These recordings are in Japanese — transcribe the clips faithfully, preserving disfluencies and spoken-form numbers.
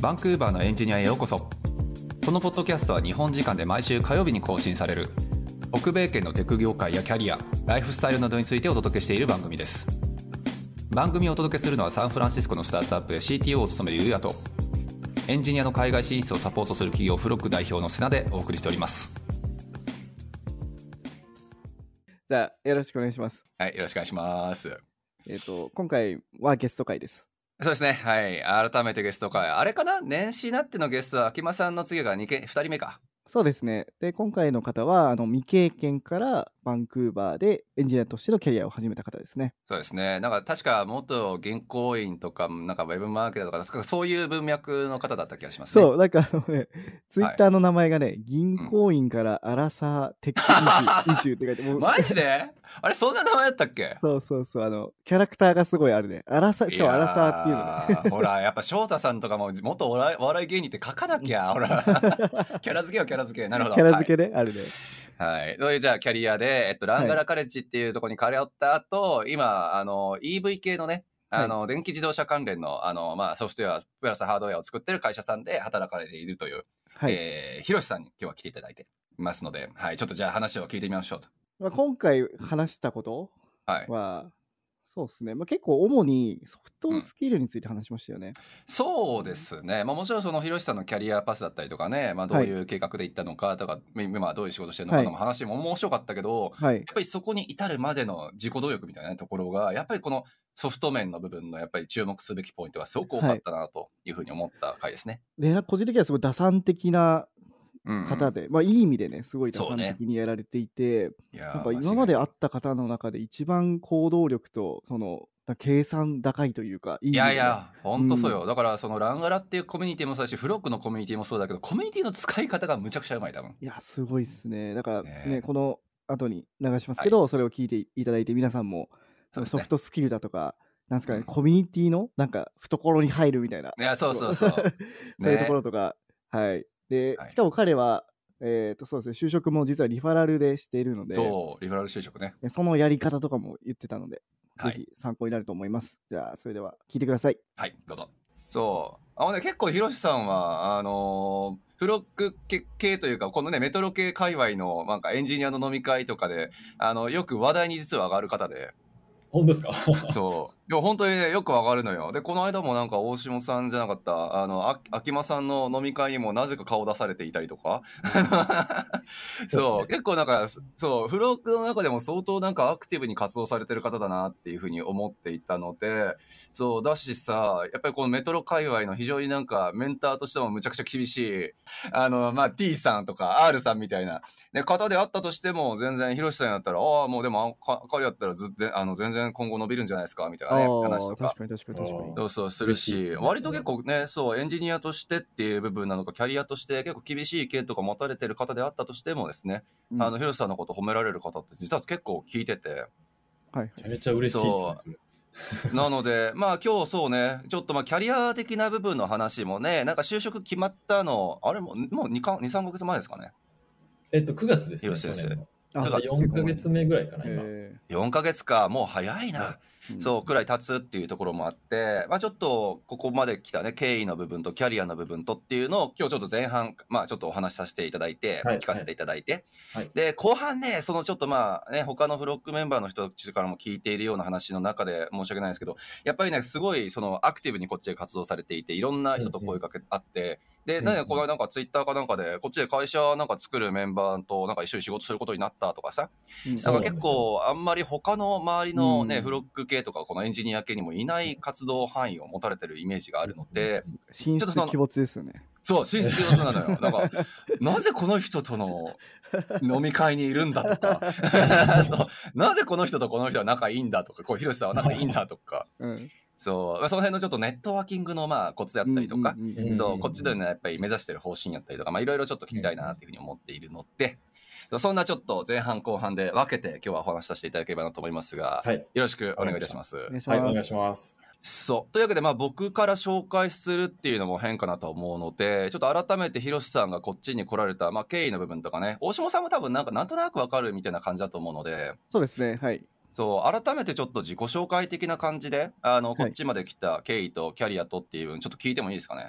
バンクーバーのエンジニアへようこそ。このポッドキャストは日本時間で毎週火曜日に更新される北米圏のテク業界やキャリア、ライフスタイルなどについてお届けしている番組です。番組をお届けするのはサンフランシスコのスタートアップで シーティーオー を務めるゆうやと、エンジニアの海外進出をサポートする企業フロック代表の瀬名でお送りしております。 じゃあよろしくお願いします。 はい、よろしくお願いします。 えっ、と今回はゲスト会です。 そうですね、はい、改めてゲスト会、あれかな、年始になってのゲストは秋間さんの次が 2, けふたりめか。 そうですね。で今回の方はあの未経験からバンクーバーでエンジニアとしてのキャリアを始めた方ですね。 そうですね、なんか確か元銀行員とかなんかウェブマーケターとかそういう文脈の方だった気がしますね。 そうなんかあのねツイッターの名前がね、はい、銀行員からアラサーテックイシューって書いてもうマジであれそんな名前だったっけ？ そうそうそう、あのキャラクターがすごいあるね。アラサしかもアラサーっていうのね。 ほらやっぱ翔太さんとかも元お笑い、お笑い芸人って書かなきゃほらキャラ付けよキャラ付け。なるほど、 キャラ付けね、はい、あるね。 はい、そういうじゃあキャリアで、えっと、ランガラカレッジっていうところに通った後、はい、今あの イーブイ 系のね、あの、はい、電気自動車関連の、あの、まあ、ソフトウェアプラスハードウェアを作ってる会社さんで働かれているという、はい、えー、ひろしさんに今日は来ていただいていますので、はい、ちょっとじゃあ話を聞いてみましょうと。 まあ、今回話したことは、はい、そうですね、まあ、結構主にソフトスキルについて話しましたよね。 うん、そうですね、まあ、もちろんそのひろしさんのキャリアパスだったりとかね、まあ、どういう計画で行ったのかとか、はい、今どういう仕事してるのかの話も面白かったけど、はい、やっぱりそこに至るまでの自己努力みたいなところがやっぱりこのソフト面の部分のやっぱり注目すべきポイントがすごく多かったなというふうに思った回ですね。 はい、で個人的にはすごい打算的な方で、うんうん、まあいい意味でねすごい打算的にやられていて、ね、なんか今まで会った方の中で一番行動力とその計算高いというか、いい、ね、 いやいや本当そうよ、うん、だからそのランガラっていうコミュニティもそうだしフロックのコミュニティもそうだけど、コミュニティの使い方がむちゃくちゃうまい。多分いやすごいっすね。だからね、ねこの後に流しますけど、はい、それを聞いていただいて皆さんもそのソフトスキルだとかなんですかね、うん、コミュニティのなんか懐に入るみたいな、 いやそうそうそうそういうところとか、ね、はいで、はい、しかも彼はえー、とそうですね、就職も実はリファラルでしているので、 そうリファラル就職ね、 そのやり方とかも言ってたので、はい、ぜひ参考になると思います。じゃあそれでは聞いてください。 はいどうぞ。そうあのね結構ひろしさんはあのー、フロック系というかこのねメトロ系界隈のなんかエンジニアの飲み会とかであのよく話題に実は上がる方で。 本当ですか？ そういや本当にねよくわかるのよ。でこの間もなんか大下さんじゃなかったあのあ秋間さんの飲み会にもなぜか顔出されていたりとかそう、ね、結構なんかそうフロックの中でも相当なんかアクティブに活動されてる方だなっていうふうに思っていたので、そうだしさやっぱりこのメトロ界隈の非常になんかメンターとしてもむちゃくちゃ厳しいあのまあ T さんとか R さんみたいな、ね、方であったとしても全然ひろしさんやったらああもうでも彼やったらずあの全然今後伸びるんじゃないですかみたいな、ね、話とか確かに確かに確かにそうそうするし、割と結構ねそうエンジニアとしてっていう部分なのかキャリアとして結構厳しい意見とか持たれてる方であったとしてもですね、うん、あの広瀬さんのこと褒められる方って実は結構聞いてて、 はい、めちゃめちゃ嬉しいですね。 なのでまあ今日そうねちょっとまあキャリア的な部分の話もねなんか就職決まったのあれももう にさんかげつまえですかね。 えっとくがつですね。 広瀬先生だからよんかげつめぐらいかな今。 よんかげつかもう早いな、はい、そうくらい経つっていうところもあって、まあ、ちょっとここまで来たね経緯の部分とキャリアの部分とっていうのを今日ちょっと前半まあちょっとお話しさせていただいて、はい、聞かせていただいて、はい、で後半ねそのちょっとまあね他のフロックメンバーの人たちからも聞いているような話の中で申し訳ないですけどやっぱりねすごいそのアクティブにこっちで活動されていていろんな人と声かけあって、うんうんで、ね、この間なんかツイッターかなんかでこっちで会社なんか作るメンバーとなんか一緒に仕事することになったとかさ、うん、なんか結構あんまり他の周りのね、うん、フロック系とかこのエンジニア系にもいない活動範囲を持たれてるイメージがあるので、 神出鬼没ですよね。 そう神出鬼没なのよ。なんかなぜこの人との飲み会にいるんだとかそうなぜこの人とこの人は仲いいんだとかこう広瀬さんは仲いいんだとか、うんそうその辺のちょっとネットワーキングのまあコツであったりとか、そうこっちでねやっぱり目指してる方針やったりとかまあいろいろちょっと聞きたいなっていうふうに思っているので、そんなちょっと前半後半で分けて今日はお話しさせていただければなと思いますが、はい、よろしくお願いいたします。 はいお願いします。 そうというわけでまあ僕から紹介するっていうのも変かなと思うのでちょっと改めて広瀬さんがこっちに来られたまあ経緯の部分とかね大下さんも多分なんかなんとなく分かるみたいな感じだと思うのでそうですねはいそう改めてちょっと自己紹介的な感じであのこっちまで来た経緯とキャリアとっていうちょっと聞いてもいいですかね。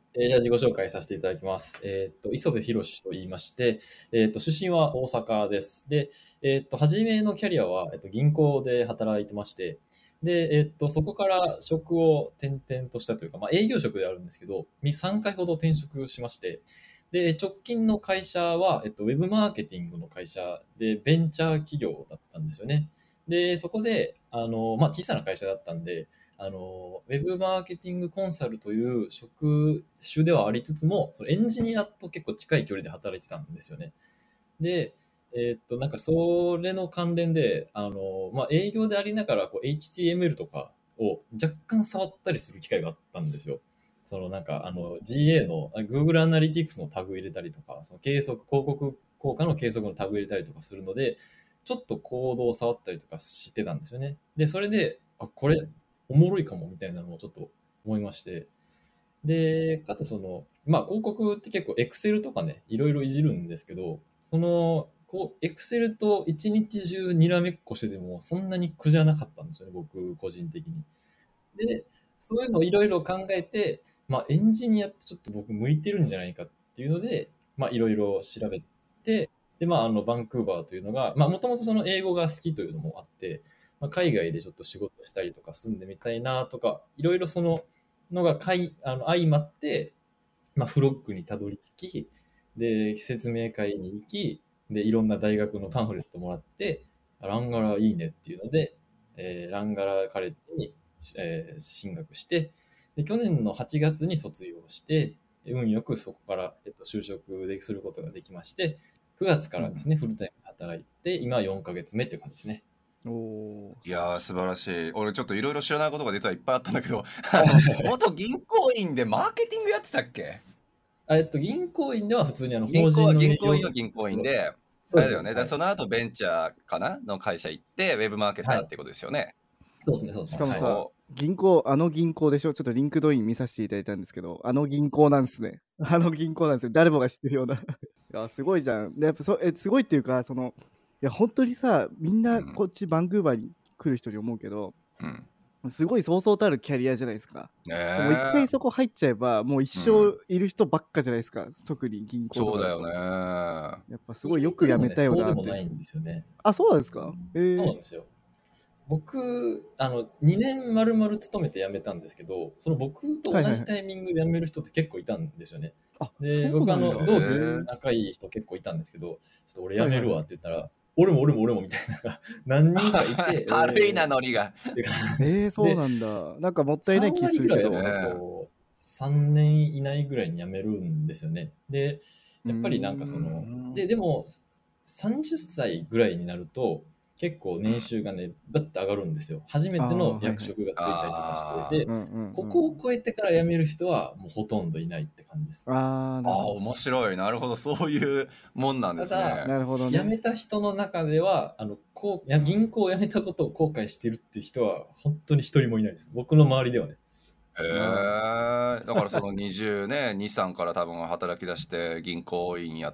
えー、じゃあ自己紹介させていただきます。えっ、ー、と、磯部博と言いまして、えっ、ー、と、出身は大阪です。で、えっ、ー、と、初めのキャリアは、えっと、銀行で働いてまして、で、えっと、そこから職を転々としたというか、まあ、営業職であるんですけど、さんかいほど転職しまして、で、直近の会社は、えっと、ウェブマーケティングの会社で、ベンチャー企業だったんですよね。で、そこで、あの、まあ、小さな会社だったんで、あの、ウェブマーケティングコンサルという職種ではありつつも、そのエンジニアと結構近い距離で働いてたんですよね。で、えー、っと、なんかそれの関連で、あの、まあ、営業でありながら、こう、エイチティーエムエル とかを若干触ったりする機会があったんですよ。そのなんか、あの、ジーエー の、Google Analytics のタグ入れたりとか、その計測、広告効果の計測のタグ入れたりとかするので、ちょっとコードを触ったりとかしてたんですよね。で、それで、あ、これ、おもろいかもみたいなのをちょっと思いまして、で、かつその、まあ広告って結構 Excel とかね、いろいろいじるんですけど、その、こう、Excel と一日中にらめっこしてても、そんなに苦じゃなかったんですよね、僕個人的に。で、そういうのをいろいろ考えて、まあエンジニアってちょっと僕向いてるんじゃないかっていうので、まあいろいろ調べて、で、まああの、バンクーバーというのが、まあもともとその英語が好きというのもあって、まあ、海外でちょっと仕事したりとか住んでみたいなとか、いろいろそののがかいあの相まって、まあ、フロッグにたどり着き、で、説明会に行き、で、いろんな大学のパンフレットもらって、ランガラいいねっていうので、えー、ランガラカレッジに、えー、進学して、で、去年のはちがつに卒業して、運よくそこから、えっと、就職ですることができまして、くがつからですね、うん、フルタイム働いて、今よんかげつめっていう感じですね。 おいやー素晴らしい。俺ちょっといろいろ知らないことが実はいっぱいあったんだけど元銀行員でマーケティングやってたっけ？ えっと銀行員では普通にあの法人の銀行員の銀行員で、そうですよね。はい、その後ベンチャーかなの会社行ってウェブマーケターってことですよね。はい、 そうですね、そうですね。 しかもさ、はい、銀行、あの銀行でしょ。ちょっとリンクドイン見させていただいたんですけど、あの銀行なんですね。あの銀行なんですよ。誰もが知ってるような。いや、すごいじゃん。でやっぱそえすごいっていうか、その、いや、本当にさ、みんなこっち、うん、バンクーバーに来る人に思うけど、うん、すごいそうそうたるキャリアじゃないですか。えー、でも一回そこ入っちゃえば、もう一生いる人ばっかじゃないですか。うん、特に銀行とか。 そうだよね。 やっぱすごいよく辞めたよなって。 そうでもないんですよね。 あ、そうなんですか？ えー、そうなんですよ。僕、あの、にねん丸々勤めて辞めたんですけど、その僕と同じタイミングで辞める人って結構いたんですよね。はいはいはい、で、僕、あの、同期仲いい人結構いたんですけど、ちょっと俺辞めるわって言ったら、はいはい、俺も俺も俺もみたいなのが何人かいて。 軽いな、ノリが。 えー、そうなんだ。なんかもったいない気するけど。 さんねん以内ぐらいに辞めるんですよね。で、やっぱりなんかその、で、でも、さんじゅっさいぐらいになると、結構年収がね、バッと上がるんですよ。初めての役職がついたりとかして、で、ここを超えてから辞める人はもうほとんどいないって感じです。 ああ、面白い。なるほど、そういうもんなんですね。 なるほどね。 辞めた人の中では、あのこう銀行を辞めたことを後悔してるっていう人は本当に一人もいないです。僕の周りではね。 へえ、だからそのにじゅうね、に、さんから多分働き出して銀行員やって、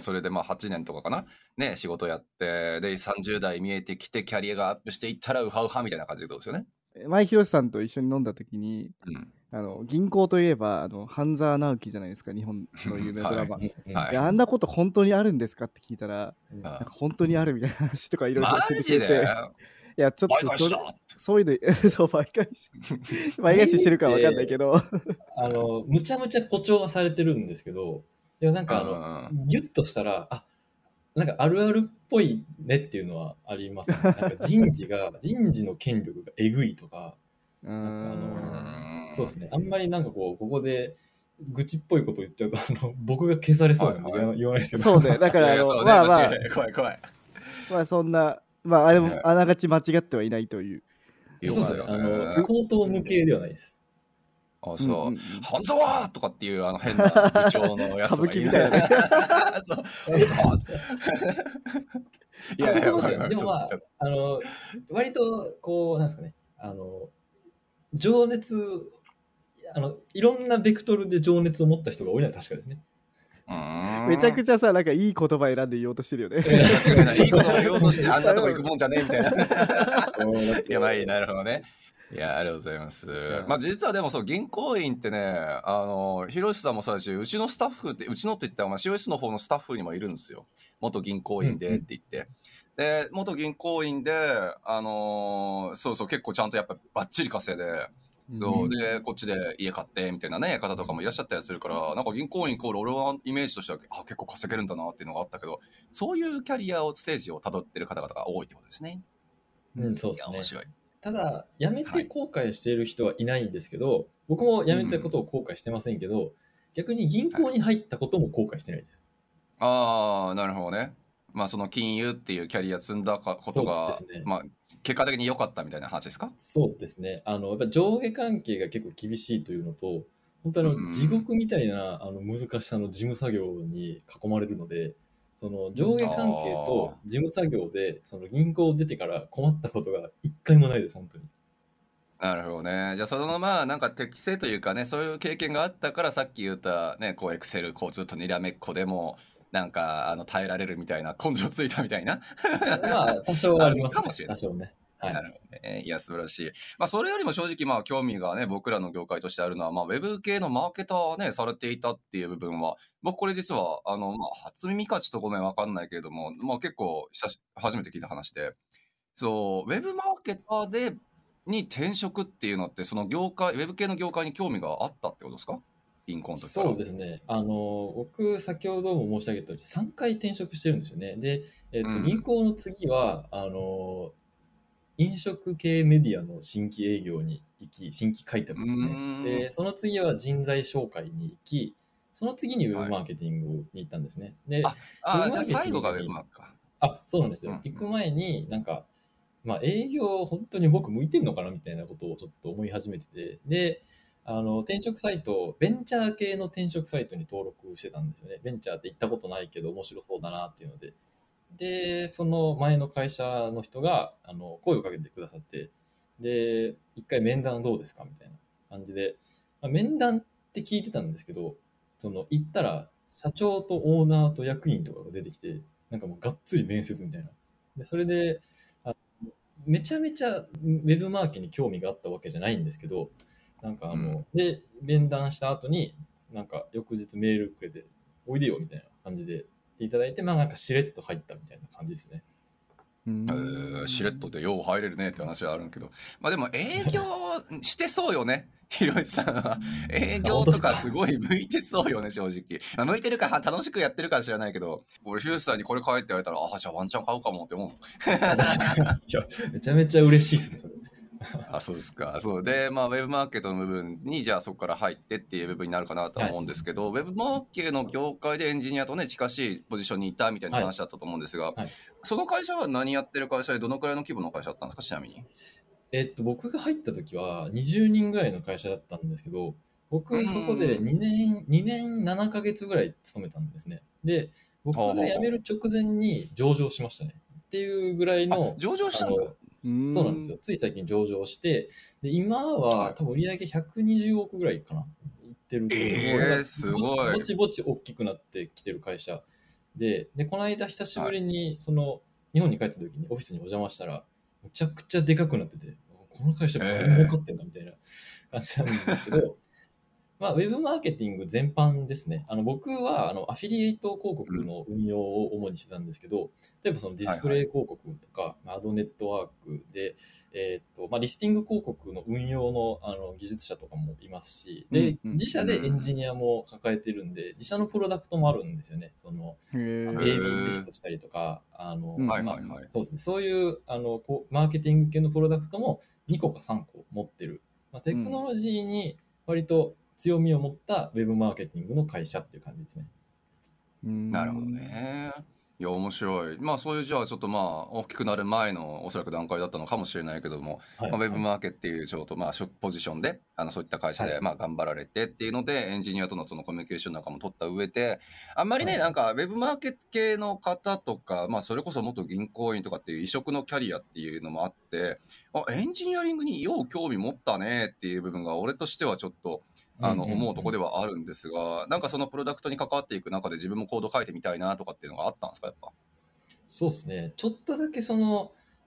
それでまあはちねんとかかな、ね、仕事やって、でさんじゅう代見えてきてキャリアがアップしていったらウハウハみたいな感じでことですよね。 前ひろしさんと一緒に飲んだ時に、うん、あの銀行といえばあの半沢直樹じゃないですか、日本の有名ドラマ。はいはい、あんなこと本当にあるんですかって聞いたら、うん、なんか本当にあるみたいな話とかいろいろ教えてくれて。いやちょっとそそういうのそう倍返し倍返ししてるか分かんないけどあのむちゃむちゃ誇張はされてるんですけど、でもなんかあのギュッとしたらあなんかあるあるっぽいねっていうのはありますね。なんか人事が人事の権力がえぐいとか、なんかあのそうですね、あんまりなんかこうここで愚痴っぽいこと言っちゃうとあの僕が消されそうなんで言わないですけど、 そうね、だからあのまあまあ怖い怖い、 まあそんなまああれもあながち間違ってはいないという。 そうですね。あの口頭無形ではないです。 あ、そう。うんうんうん、半沢とかっていうあの変な部長のやつがいる。歌舞伎みたいなね。そう。 いやいや、でもまああの割とこうなんですかね、あの情熱あのいろんなベクトルで情熱を持った人が多いのは確かですね。 めちゃくちゃさ、なんかいい言葉選んで言おうとしてるよね。 いい言葉言おうとしてあんなとこ行くもんじゃねえみたいな。やばい、なるほどね。 いや、ありがとうございます。まあ実はでもそう、銀行員ってね、あの、ひろしさんもそうだし、うちのスタッフって、うちのって言ったら、まあ シーオーエス の方のスタッフにもいるんですよ。元銀行員でって言って。うんうん、で、元銀行員で、あのー、そうそう、結構ちゃんとやっぱバッチリ稼いで、そうで、こっちで家買ってみたいなね、方とかもいらっしゃったりするから、なんか銀行員イコール俺はイメージとしては、あ、結構稼げるんだなっていうのがあったけど、そういうキャリアを、ステージを辿ってる方々が多いってことですね。 うん、そうですね。 面白い。 ただ、辞めて後悔している人はいないんですけど、はい、僕も辞めたことを後悔してませんけど、うん、逆に銀行に入ったことも後悔してないです。 はい、ああ、なるほどね。まあその金融っていうキャリア積んだことが、ね、まあ結果的に良かったみたいな話ですか？ そうですね。あの、やっぱ上下関係が結構厳しいというのと、本当あの、地獄みたいなあの難しさの事務作業に囲まれるので、その上下関係と事務作業でその銀行を出てから困ったことが一回もないです、本当に。 なるほどね。じゃあそのまあなんか適性というかね、そういう経験があったからさっき言ったね、こうエクセルこうずっとにらめっこでもなんかあの耐えられるみたいな、根性ついたみたいなまあ多少はありますね。 かもしれない。 多少ね。はい、 なるほどね。いや素晴らしい。まあそれよりも正直まあ興味がね僕らの業界としてあるのはまあウェブ系のマーケターねされていたっていう部分は僕これ実はあのまあ初耳かちょっとごめんわかんないけれどもまあ結構初めて聞いた話で、そうウェブマーケターでに転職っていうのってその業界ウェブ系の業界に興味があったってことですか？銀行の時から。 そうですね。あの僕先ほども申し上げた通りさんかい転職してるんですよね。で、えっと、うん、銀行の次はあの飲食系メディアの新規営業に行き、新規開拓ですね。で、その次は人材紹介に行き、その次にウェブマーケティングに行ったんですね。はい、で、 ああ、じゃあ最後がウェブマークか。 あ、そうなんですよ。うん、行く前になんか、まあ営業本当に僕向いてんのかなみたいなことをちょっと思い始めてて、で、あの転職サイト、ベンチャー系の転職サイトに登録してたんですよね。ベンチャーって行ったことないけど面白そうだなっていうので。で、その前の会社の人があの声をかけてくださって、で、一回面談どうですかみたいな感じで、まあ、面談って聞いてたんですけど、その行ったら社長とオーナーと役員とかが出てきて、なんかもうがっつり面接みたいな。でそれであめちゃめちゃウェブマーケに興味があったわけじゃないんですけど、なんかあの、うん、で、面談した後に、なんか翌日メールくれて、おいでよみたいな感じでいただいて、まあなんかしれっと入ったみたいな感じですね。 うんえー、しれっとでよう入れるねって話はあるけど、まあでも営業してそうよね。ひろしさんは営業とかすごい向いてそうよね、正直。まあ、向いてるか楽しくやってるか知らないけど、俺ひろしさんにこれ買えって言われたら、あじゃあワンチャン買うかもって思う。 いやめちゃめちゃ嬉しいですね、それ。 あそうですか。そうで、まあ、ウェブマーケットの部分にじゃあそこから入ってっていう部分になるかなと思うんですけど、はい、ウェブマーケの業界でエンジニアとね近しいポジションにいたみたいな話だったと思うんですが、はいはい、その会社は何やってる会社でどのくらいの規模の会社だったんですか、ちなみに。 えっと僕が入った時はにじゅうにんぐらいの会社だったんですけど、僕そこでにねんにねんななかげつぐらい勤めたんですね。で僕が辞める直前に上場しましたねっていうぐらいの。 上場したんだ。 そうなんですよ。つい最近上場して、で今は多分売り上げひゃくにじゅうおくぐらいかな。いってる。 えー、すごい。 ぼちぼち大きくなってきてる会社で、で、この間久しぶりにその、はい、日本に帰った時にオフィスにお邪魔したら、めちゃくちゃでかくなってて、この会社バリ儲かってんだみたいな感じなんですけど、えーまあ、ウェブマーケティング全般ですね。あの僕はあのアフィリエイト広告の運用を主にしてたんですけど、例えばそのディスプレイ広告とか、はいはい、アドネットワークで、えーっとまあ、リスティング広告の運用の、あの技術者とかもいますし、で、うんうん、自社でエンジニアも抱えてるんで、自社のプロダクトもあるんですよね。その エービー テストしたりとか、あの、まあ、そうですね。そういうあのこうマーケティング系のプロダクトもにこかさんこ持ってる。まあ、テクノロジーに割と強みを持ったウェブマーケティングの会社っていう感じですね。 なるほどね。いや面白い。まあそういうじゃあちょっとまあ大きくなる前のおそらく段階だったのかもしれないけども、はいまあ、ウェブマーケっていうちょっとまあポジションであのそういった会社でまあ頑張られてっていうので、はい、エンジニアとのそのコミュニケーションなんかも取った上で、あんまりね、はい、なんかウェブマーケ系の方とか、まあそれこそ元銀行員とかっていう異色のキャリアっていうのもあって、あエンジニアリングによう興味持ったねっていう部分が俺としてはちょっとあの思うところではあるんですが、なんかそのプロダクトに関わっていく中で自分もコード書いてみたいなとかっていうのがあったんですか、やっぱ。 そうですね。ちょっとだけその、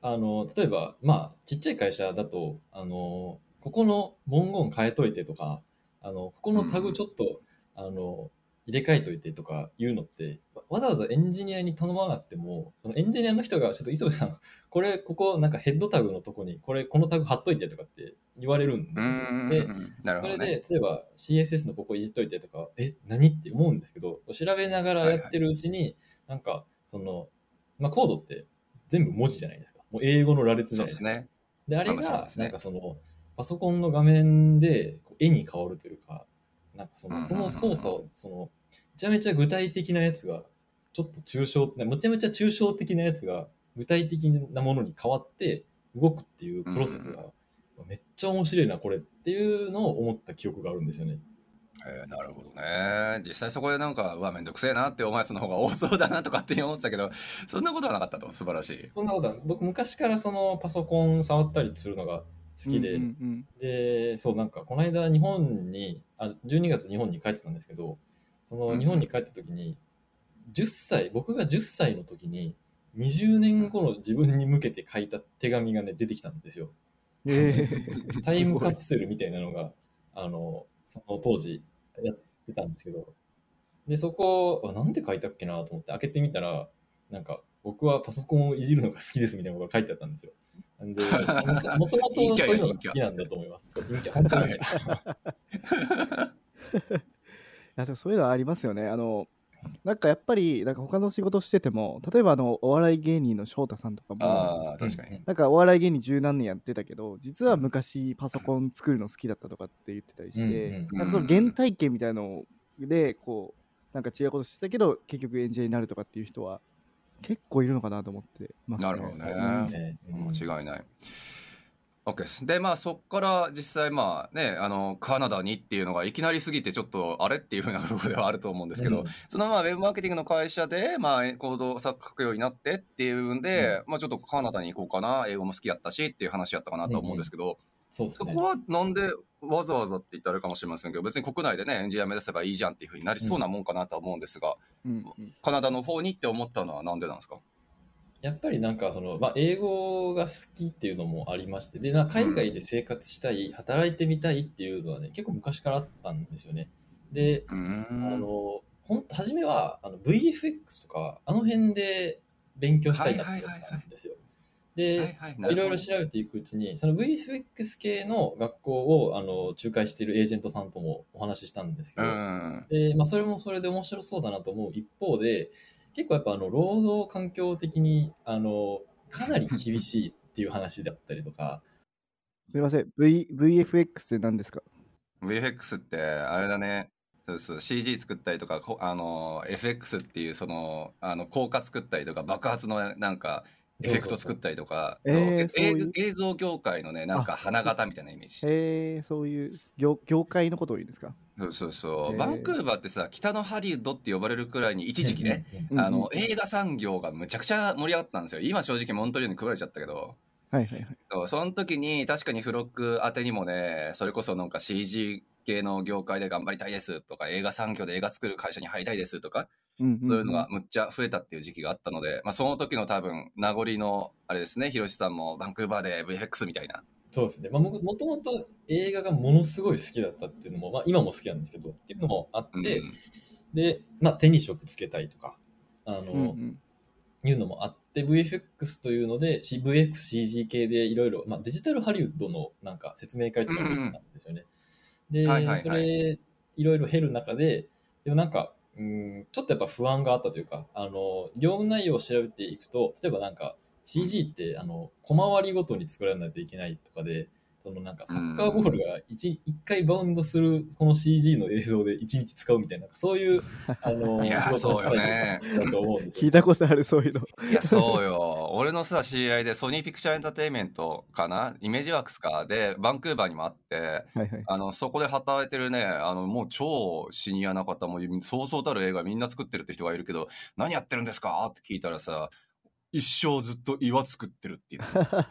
あの、例えば、まあ、ちっちゃい会社だと、あの、ここの文言変えといてとか、あの、ここのタグちょっと、うん、あの、入れ替えといてとかいうのって、わざわざエンジニアに頼まなくても、そのエンジニアの人が、ちょっと磯部さん、これ、ここ、なんかヘッドタグのとこに、これ、このタグ貼っといてとかって言われるんですよ。で、ね、それで、例えば シーエスエス のここいじっといてとか、え、何って思うんですけど、調べながらやってるうちに、はいはい、なんか、その、まあ、コードって、全部文字じゃないですか。もう英語の羅列じゃないですか。そうですね。で、あれが、なんかその、パソコンの画面で絵に変わるというか、なんかその、その操作を、その、めちゃめちゃ具体的なやつが、ちょっと抽象、めちゃめちゃ抽象的なやつが、具体的なものに変わって動くっていうプロセスが、めっちゃ面白いな、これっていうのを思った記憶があるんですよね。 えー、なるほどね。実際そこでなんかうわめんどくせえなって思うやつの方が多そうだなとかって思ってたけど、そんなことはなかったと。素晴らしい。 そんなことは僕昔からそのパソコン触ったりするのが好きで、うんうんうん、でそうなんかこの間日本にあじゅうにがつ日本に帰ってたんですけど、その日本に帰った時にじゅっさい、僕がじゅっさいの時ににじゅうねんごの自分に向けて書いた手紙がね出てきたんですよ。えー、タイムカプセルみたいなのがあのその当時やってたんですけど、でそこあなんて書いたっけなと思って開けてみたら、なんか僕はパソコンをいじるのが好きですみたいなことが書いてあったんですよ。なんでもともとそういうのが好きなんだと思います。陰キャ、本当に陰キャ。 いやでもそういうのはありますよね。あのなんかやっぱりなんか他の仕事してても、例えばあのお笑い芸人の翔太さんとかも、 あ確かになんかお笑い芸人十何年やってたけど、実は昔パソコン作るの好きだったとかって言ってたりして、うんうん、なんかその原体験みたいなのでこうなんか違うことしてたけど結局エンジニアになるとかっていう人は結構いるのかなと思ってますね。 なるほどね。間違いない。OK です。で、まあそこから実際まあね、あの、カナダにっていうのがいきなりすぎてちょっとあれっていう風なところではあると思うんですけど、うん、そのまあウェブマーケティングの会社でまあコードを書くようになってっていうんで、うん、まあちょっとカナダに行こうかな、英語も好きやったしっていう話やったかなと思うんですけど、うんうんそうですね、そこはなんでわざわざって言ったらあれかもしれませんけど、別に国内でねエンジニア目指せばいいじゃんっていう風になりそうなもんかなと思うんですが、うんうん、カナダの方にって思ったのはなんでなんですか？ やっぱりなんかその、まあ、英語が好きっていうのもありまして、でな海外で生活したい、うん、働いてみたいっていうのはね結構昔からあったんですよね。で、あのほんと初めはあの ブイエフエックス とかあの辺で勉強したいなって思ったんですよ。で、いろいろ調べていくうちにその ブイエフエックス 系の学校をあの仲介しているエージェントさんともお話ししたんですけど、でまあ、それもそれで面白そうだなと思う一方で、結構やっぱあの労働環境的にあのかなり厳しいっていう話だったりとかすいません、v、ブイエフエックス って何ですか？ ブイエフエックス ってあれだね、そうそう シージー 作ったりとか、あの エフエックス っていうそのあの効果作ったりとか爆発のなんかエフェクト作ったりとか、映像業界のねなんか花形みたいなイメージ。 へえ、そういう 業, 業界のことを言うんですか？ そうそうそう。バンクーバーってさ、北のハリウッドって呼ばれるくらいに一時期ね、あの映画産業がむちゃくちゃ盛り上がったんですよ。今正直モントリオールに食われちゃったけど。 はいはいはい。 そうその時に確かにフロック宛てにもね、それこそなんか シージー 系の業界で頑張りたいですとか、映画産業で映画作る会社に入りたいですとか、うんうんうん、そういうのがむっちゃ増えたっていう時期があったので、まあ、その時の多分名残のあれですね、ひろしさんもバンクーバーで ブイエフエックス みたいな。 そうですね、まあ、もともと映画がものすごい好きだったっていうのも、まあ、今も好きなんですけどっていうのもあって、うん、で、まあ、手に職つけたいとかあの、うんうん、いうのもあって ブイエフエックス というので ブイエフエックスシージー 系でいろいろデジタルハリウッドのなんか説明会とか見てたんですよね、うんうん、で、はいはいはい、それいろいろ経る中ででもなんかうんちょっとやっぱ不安があったというか、あの業務内容を調べていくと、例えばなんか シージー ってあの小回りごとに作らないといけないとかで、そのなんかサッカーボールが 1, 1回バウンドするこの シージー の映像でいちにち使うみたいな、そういうあの仕事のスタイルだと思うんですよ。 聞いたことあるそういうの。 いやそうよ。俺のさ知り合いでソニーピクチャーエンターテインメントかな、イメージワークスかでバンクーバーにもあって、はいはい、あのそこで働いてるね、あのもう超シニアな方もそうそうたる映画みんな作ってるって人がいるけど、何やってるんですかって聞いたらさ、一生ずっと岩作ってるっていう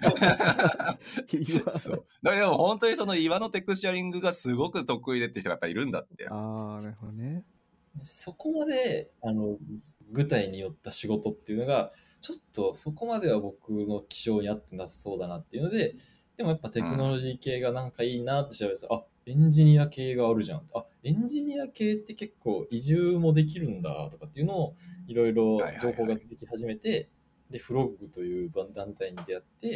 そうだからでも本当にその岩のテクスチャリングがすごく得意でって人がやっぱいるんだって。 ああなるほどね。 そこまであの具体によった仕事っていうのがちょっとそこまでは僕の気象に合ってなさそうだなっていうので、でもやっぱテクノロジー系がなんかいいなって調べると、うん、あ、エンジニア系があるじゃん。あ、エンジニア系って結構移住もできるんだとかっていうのをいろいろ情報が出てき始めて、はいはいはい、で、フロッグという団体に出会って、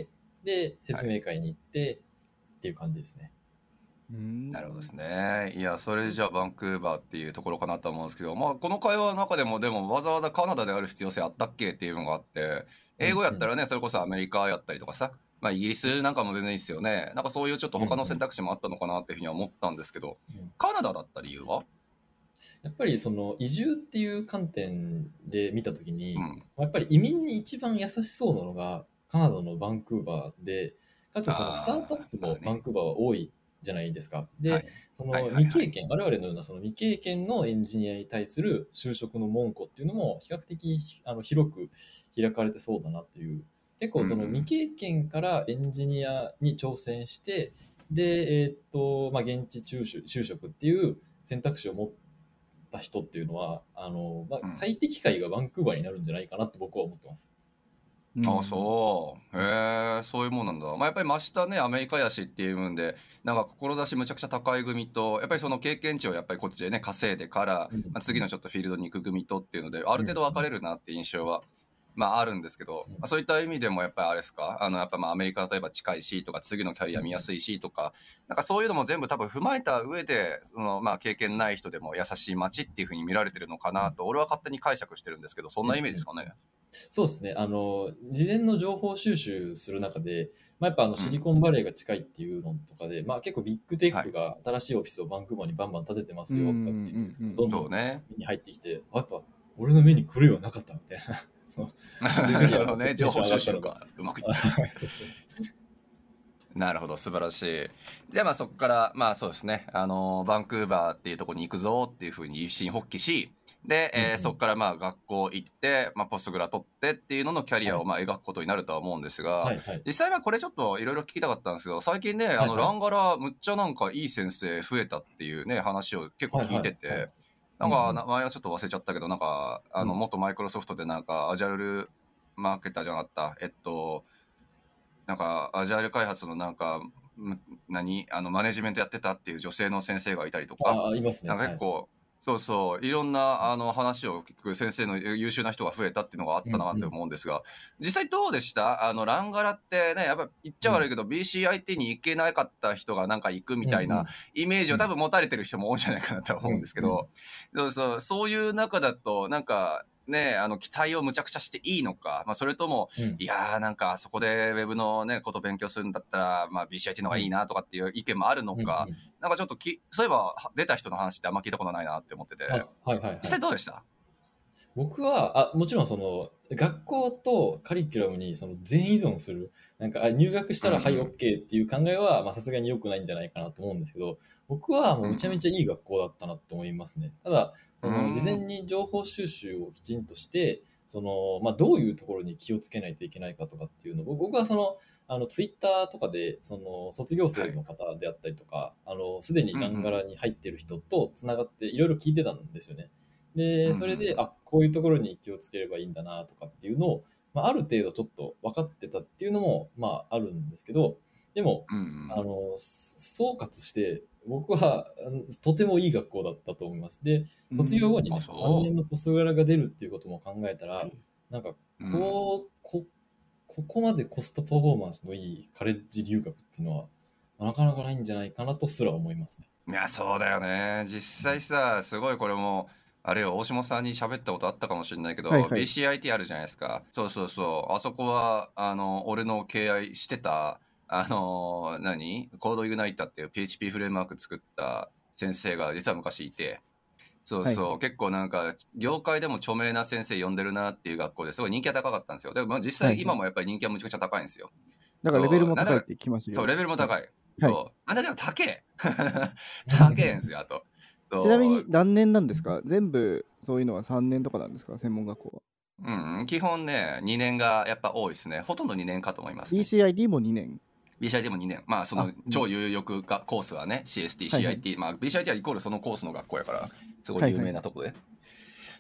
で、説明会に行って、はい、っていう感じですね。 うんなるほどですね。いや、それじゃあバンクーバーっていうところかなと思うんですけど、まあこの会話の中でもでもわざわざカナダである必要性あったっけっていうのがあって、英語やったらね、それこそアメリカやったりとかさ、まあイギリスなんかも全然いいですよね。なんかそういうちょっと他の選択肢もあったのかなっていうふうには思ったんですけど、カナダだった理由は？ やっぱりその移住っていう観点で見たときに、うん、やっぱり移民に一番優しそうなのがカナダのバンクーバーで、かつそのスタートアップもバンクーバーは多いじゃないですか。で、はい、その未経験、我々のようなその未経験のエンジニアに対する就職の門戸っていうのも比較的あの広く開かれてそうだなっていう、結構その未経験からエンジニアに挑戦して、で、えーっと、まあ、現地就職っていう選択肢を持ってた人っていうのはあの、まあ、最適解がバンクーバーになるんじゃないかなと僕は思ってます。 うん、ああそうへえそういうもんなんだ。まあやっぱり真下ねアメリカやしっていうんでなんか志むちゃくちゃ高い組とやっぱりその経験値をやっぱりこっちでね稼いでから、うんまあ、次のちょっとフィールドに行く組とっていうのである程度分かれるなって印象は、まああるんですけど、まあ、そういった意味でもやっぱりあれですかあのやっぱまあアメリカ例えば近いしとか次のキャリア見やすいしとかなんかそういうのも全部多分踏まえた上でそのまあ経験ない人でも優しい街っていう風に見られてるのかなと俺は勝手に解釈してるんですけどそんなイメージですかね。 そうですね。あの、事前の情報収集する中で、まあ、やっぱあのシリコンバレーが近いっていうのとかで、うん、まあ結構ビッグテックが新しいオフィスをバンクーバーにバンバン建ててますよとかっていう、どんどん目に入ってきて、あ、やっぱ俺の目に狂いはなかったみたいな。 なるほどね、情報収集がうまくいった。そうそうなるほど素晴らしい。じゃあまあそこからまあそうですねあのバンクーバーっていうところに行くぞっていうふうに一心発起しで、えーうんうん、そこからまあ学校行って、まあ、ポストグラ取ってっていうののキャリアをまあ描くことになるとは思うんですが、はいはい、実際はこれちょっといろいろ聞きたかったんですけど最近ね、はいはい、あのランガラむっちゃなんかいい先生増えたっていうね話を結構聞いてて、はいはいはい、なんか名前はちょっと忘れちゃったけどなんかあの元マイクロソフトでなんかアジャルマーケターじゃなかったえっとなんかアジャイル開発のなんか何あのマネジメントやってたっていう女性の先生がいたりとか、 あいますね、 なんか結構、はい、そうそういろんなあの話を聞く先生の優秀な人が増えたっていうのがあったなって思うんですが、うんうん、実際どうでしたあのランガラってねやっぱ言っちゃ悪いけど、うん、ビーシーアイティー に行けなかった人がなんか行くみたいなイメージを多分持たれてる人も多いんじゃないかなと思うんですけど、うんうん、そうそうそういう中だとなんかね、あの期待をむちゃくちゃしていいのか、まあ、それとも、うん、いやーなんかそこでウェブのねこと勉強するんだったら、まあ、ビーシーアイティー の方がいいなとかっていう意見もあるのか、うんうん、なんかちょっときそういえば出た人の話ってあんま聞いたことないなって思ってて、はいはいはい、実際どうでした？ 僕はあもちろんその学校とカリキュラムにその全依存するなんか入学したら、うんうん、はい OK っていう考えはさすがに良くないんじゃないかなと思うんですけど僕はもうめちゃめちゃいい学校だったなって思いますね。ただその事前に情報収集をきちんとしてその、まあ、どういうところに気をつけないといけないかとかっていうのを僕はそのあのツイッターとかでその卒業生の方であったりとか、はい、あのすでにランガラに入ってる人とつながっていろいろ聞いてたんですよね。でそれで、うん、あこういうところに気をつければいいんだなとかっていうのを、まあ、ある程度ちょっと分かってたっていうのも、まあ、あるんですけどでも、うんうん、あの総括して僕はとてもいい学校だったと思います。で卒業後にね、うん、さんねんのポスグラが出るっていうことも考えたら、うん、なんかこう、うん、こここまでコストパフォーマンスのいいカレッジ留学っていうのはなかなかないんじゃないかなとすら思いますね。 いやそうだよね実際さすごいこれもあれよ大下さんに喋ったことあったかもしれないけど、はいはい、ビーシーアイティー あるじゃないですか。そうそうそうあそこはあの俺の敬愛してたあの何コードユナイタっていう ピーエイチピー フレームワーク作った先生が実は昔いてそうそう、はい、結構なんか業界でも著名な先生呼んでるなっていう学校ですごい人気が高かったんですよ。でも実際今もやっぱり人気はむちゃくちゃ高いんですよ。 だからレベルも高いって聞きましたけど。 そうレベルも高い、はい、そうあだけど高え高えんですよあとちなみに何年なんですか？全部そういうのはさんねんとかなんですか？専門学校は。うん、基本ねにねんがやっぱ多いですね。ほとんどにねんかと思います、ね、 ビーシーアイティー もにねんビーシーアイティー もにねんまあその超有力がコースはね シーエスティー、シーアイティー、はいはい、まあ ビーシーアイティー はイコールそのコースの学校やからすごい有名なとこで、はいはい、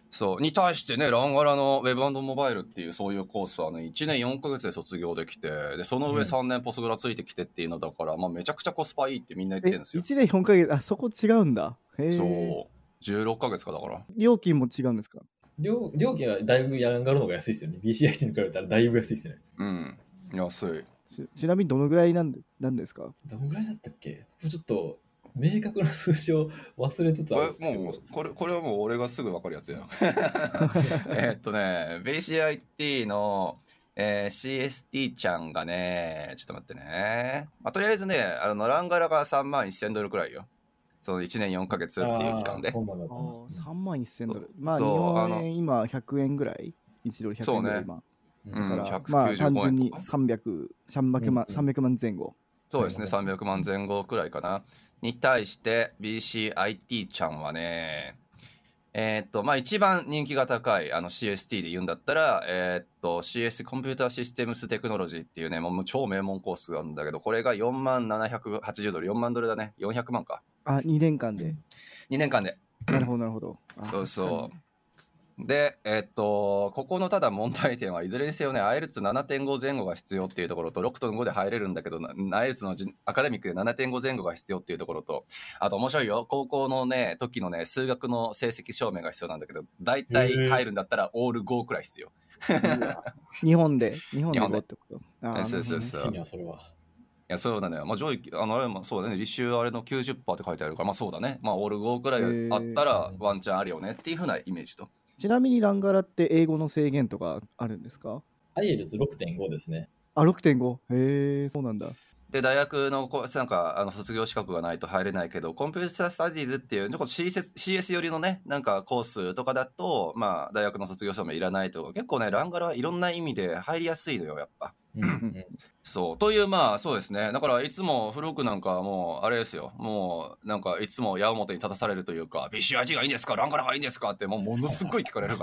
そうに対してね、ランガラの Web& モバイルっていうそういうコースはね、いちねんよんかげつで卒業できて、でその上さんねんポスグラついてきてっていうのだから、うん、まあ、めちゃくちゃコスパいいってみんな言ってるんですよ。 いちねんよんかげつ、あ、そこ違うんだ。へえ。 そう、じゅうろっかげつかだから。 料金も違うんですか？ 料料金はだいぶランガラの方が安いですよね。ビーシーアイティー に比べたらだいぶ安いですね。 うん、安い。 ち, ちなみにどのぐらいなんでなんですか？ どのぐらいだったっけ？ちょっと明確な数字を忘れつつあるんですけど、 もうこれこれはもう俺がすぐ分かるやつやえっとね ビーシーアイティー の、えー、シーエスティー ちゃんがね、ちょっと待ってね、まあ、とりあえずね、あのランガラがさんまんせんドルくらいよ、そのいちねんよんかげつっていう期間で。 ああさんまんせんドル、まあ日本円今ひゃくえんぐらい、いちドルひゃくえんぐらい今、 そうね、 だから、 うん、 まあ単純にさんびゃく、さんびゃくまん、さんびゃくまん前後。 そうですね、さんびゃくまんぜん後くらいかな。に対して ビーシーアイティー ちゃんはね、えー、っと、まあ一番人気が高いあの シーエスティー で言うんだったら、えー、っと シーエス コンピューターシステムステクノロジーっていうね、もう超名門コースがあるんだけど、これがよんまんななひゃくはちじゅうドル、よんまんドルだね、よんひゃくまんか。 あ、にねんかんで。 にねんかんで。 なるほど、なるほど。 そうそう。で、えっと、ここのただ問題点はいずれにせよね、アイエルツななてんご 前後が必要っていうところと、ろくてんご で入れるんだけど、アイエルツ のアカデミックで ななてんご 前後が必要っていうところと、あと面白いよ、高校のね、時のね、数学の成績証明が必要なんだけど、大体入るんだったらオールごくらい必要。 日本で、日本でごってこと。 あ、そうそうそう。 それは。 いや、そうだね。まあ、上位、あの、あれもそうだね。履修あれの きゅうじゅっパーセント って書いてあるから、まあそうだね。まあ、オールごくらいあったらワンチャンあるよねっていうふうなイメージと。 ちなみにランガラって英語の制限とかあるんですか？ アイエルツろくてんご ですね。 あ、ろくてんご。へえ、そうなんだ。 で、大学のなんかあの卒業資格がないと入れないけど、コンピュータースタディーズっていう、ちょっと シーエス、シーエス 寄りのね、なんかコースとかだと、まあ、大学の卒業証明いらないと、結構ね、ランガラはいろんな意味で入りやすいのよ、やっぱ。そう。という、まあ、そうですね。だから、いつも、フロックなんかもう、あれですよ。もう、なんか、いつも矢面に立たされるというか、ビーシーアイティー がいいんですか、ランガラがいいんですかって、もう、ものすごい聞かれるから。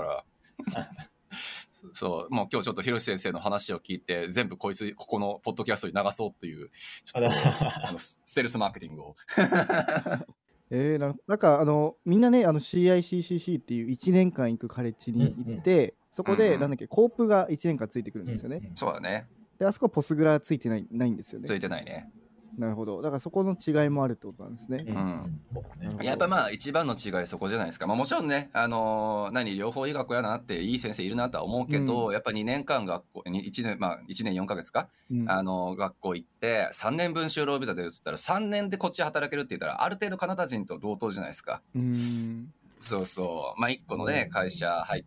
そう、もう今日ちょっと広瀬先生の話を聞いて、全部こいつ、ここのポッドキャストに流そうっていう、ちょっとあのステルスマーケティングを。 えー、ななんかあのみんなね、あの シーアイシーシーシー っていういちねんかん行くカレッジに行って、うんうん、そこで、なんだっけ、コープがいちねんかんついてくるんですよね。 うんうん、そうだね。 で、あそこポスグラついてない、ないんですよね。 ついてないね。 なるほど。だからそこの違いもあるってことなんですね。 うん。そうですね。やっぱまあ一番の違いそこじゃないですか。まあもちろんね、あのー、何、両方いい学校やなって、いい先生いるなとは思うけど、うん、やっぱにねんかん学校、いちねん、まあいちねんよんかげつか、うん、あのー、学校行って、さんねんぶん就労ビザで移ったら、さんねんでこっち働けるって言ったら、ある程度カナダ人と同等じゃないですか。 うん。 そうそう。まあ、一個のね、会社入って、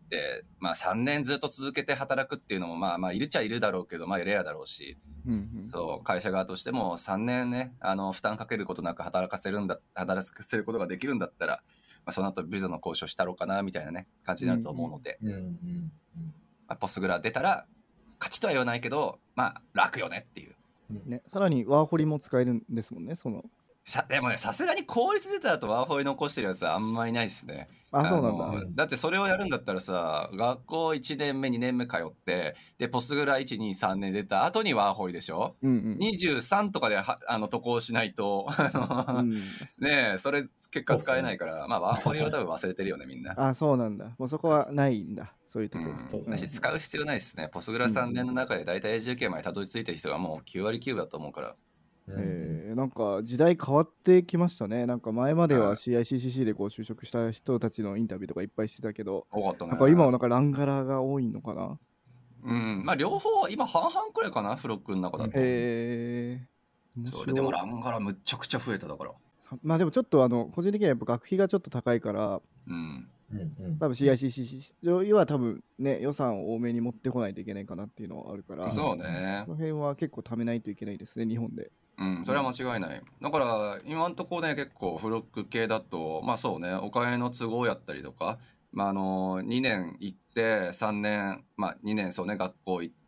まあ、さんねんずっと続けて働くっていうのも、まあまあ、いるっちゃいるだろうけど、まあ、レアだろうし、うんうん、そう、会社側としてもさんねんね、あの、負担かけることなく働かせるんだ、働かせることができるんだったら、まあ、その後ビザの交渉したろうかな、みたいなね、感じになると思うので、うんうんうん、まあ、ポスグラ出たら、勝ちとは言わないけど、まあ、楽よねっていう。 ね、さらにワーホリも使えるんですもんね、その。 さでもね、さすがに効率出た後ワーホリ残してるやつはあんまりないですね。 あ、そうなんだ。 だってそれをやるんだったらさ、学校いちねんめ、にねんめ通って、で、ポスグラいち、に、さんねん出た後にワーホリでしょ、うんうん、にじゅうさんとかではあの渡航しないと、うん、ねえ、それ結果使えないから、まあワーホリは多分忘れてるよね、みんな。 あ、そうなんだ。もうそこはないんだ。そういうところ。うん、 そうですね。使う必要ないですね。ポスグラさんねんの中で大体 エージェーケー までたどり着いてる人がもうきゅうわりきゅうぶだと思うから。 えー、なんか時代変わってきましたね。なんか前までは シーアイシーシーシー でこう就職した人たちのインタビューとかいっぱいしてたけど、 多かったね、 なんか今はなんかランガラが多いのかな。 うん、まあ両方今半々くらいかな、フロックの中だと。 へえー、それでもランガラむちゃくちゃ増えただから。 まあでもちょっとあの個人的にはやっぱ学費がちょっと高いから、 うん。 うんうん、多分 シーアイシーシーシー は多分ね予算を多めに持ってこないといけないかなっていうのはあるから、 そうね。 この辺は結構貯めないといけないですね、日本で。 うん、それは間違いない。だから今んとこね、結構フロック系だと、まあそうね、お金の都合やったりとか、まああのにねん行ってさんねん、まあにねんそうね学校行って、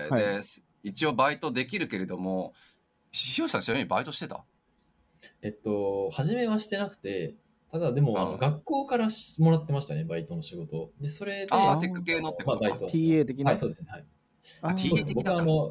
はい、で一応バイトできるけれども、ひろしさんちなみにバイトしてた？ えっと初めはしてなくて。ただでもあの学校からもらってましたね、バイトの仕事で。それでああテック系のってことか、 まあ、バイトティーエー 的な、 はい、そうですね、はい。 あ ティーエー 的な僕はあの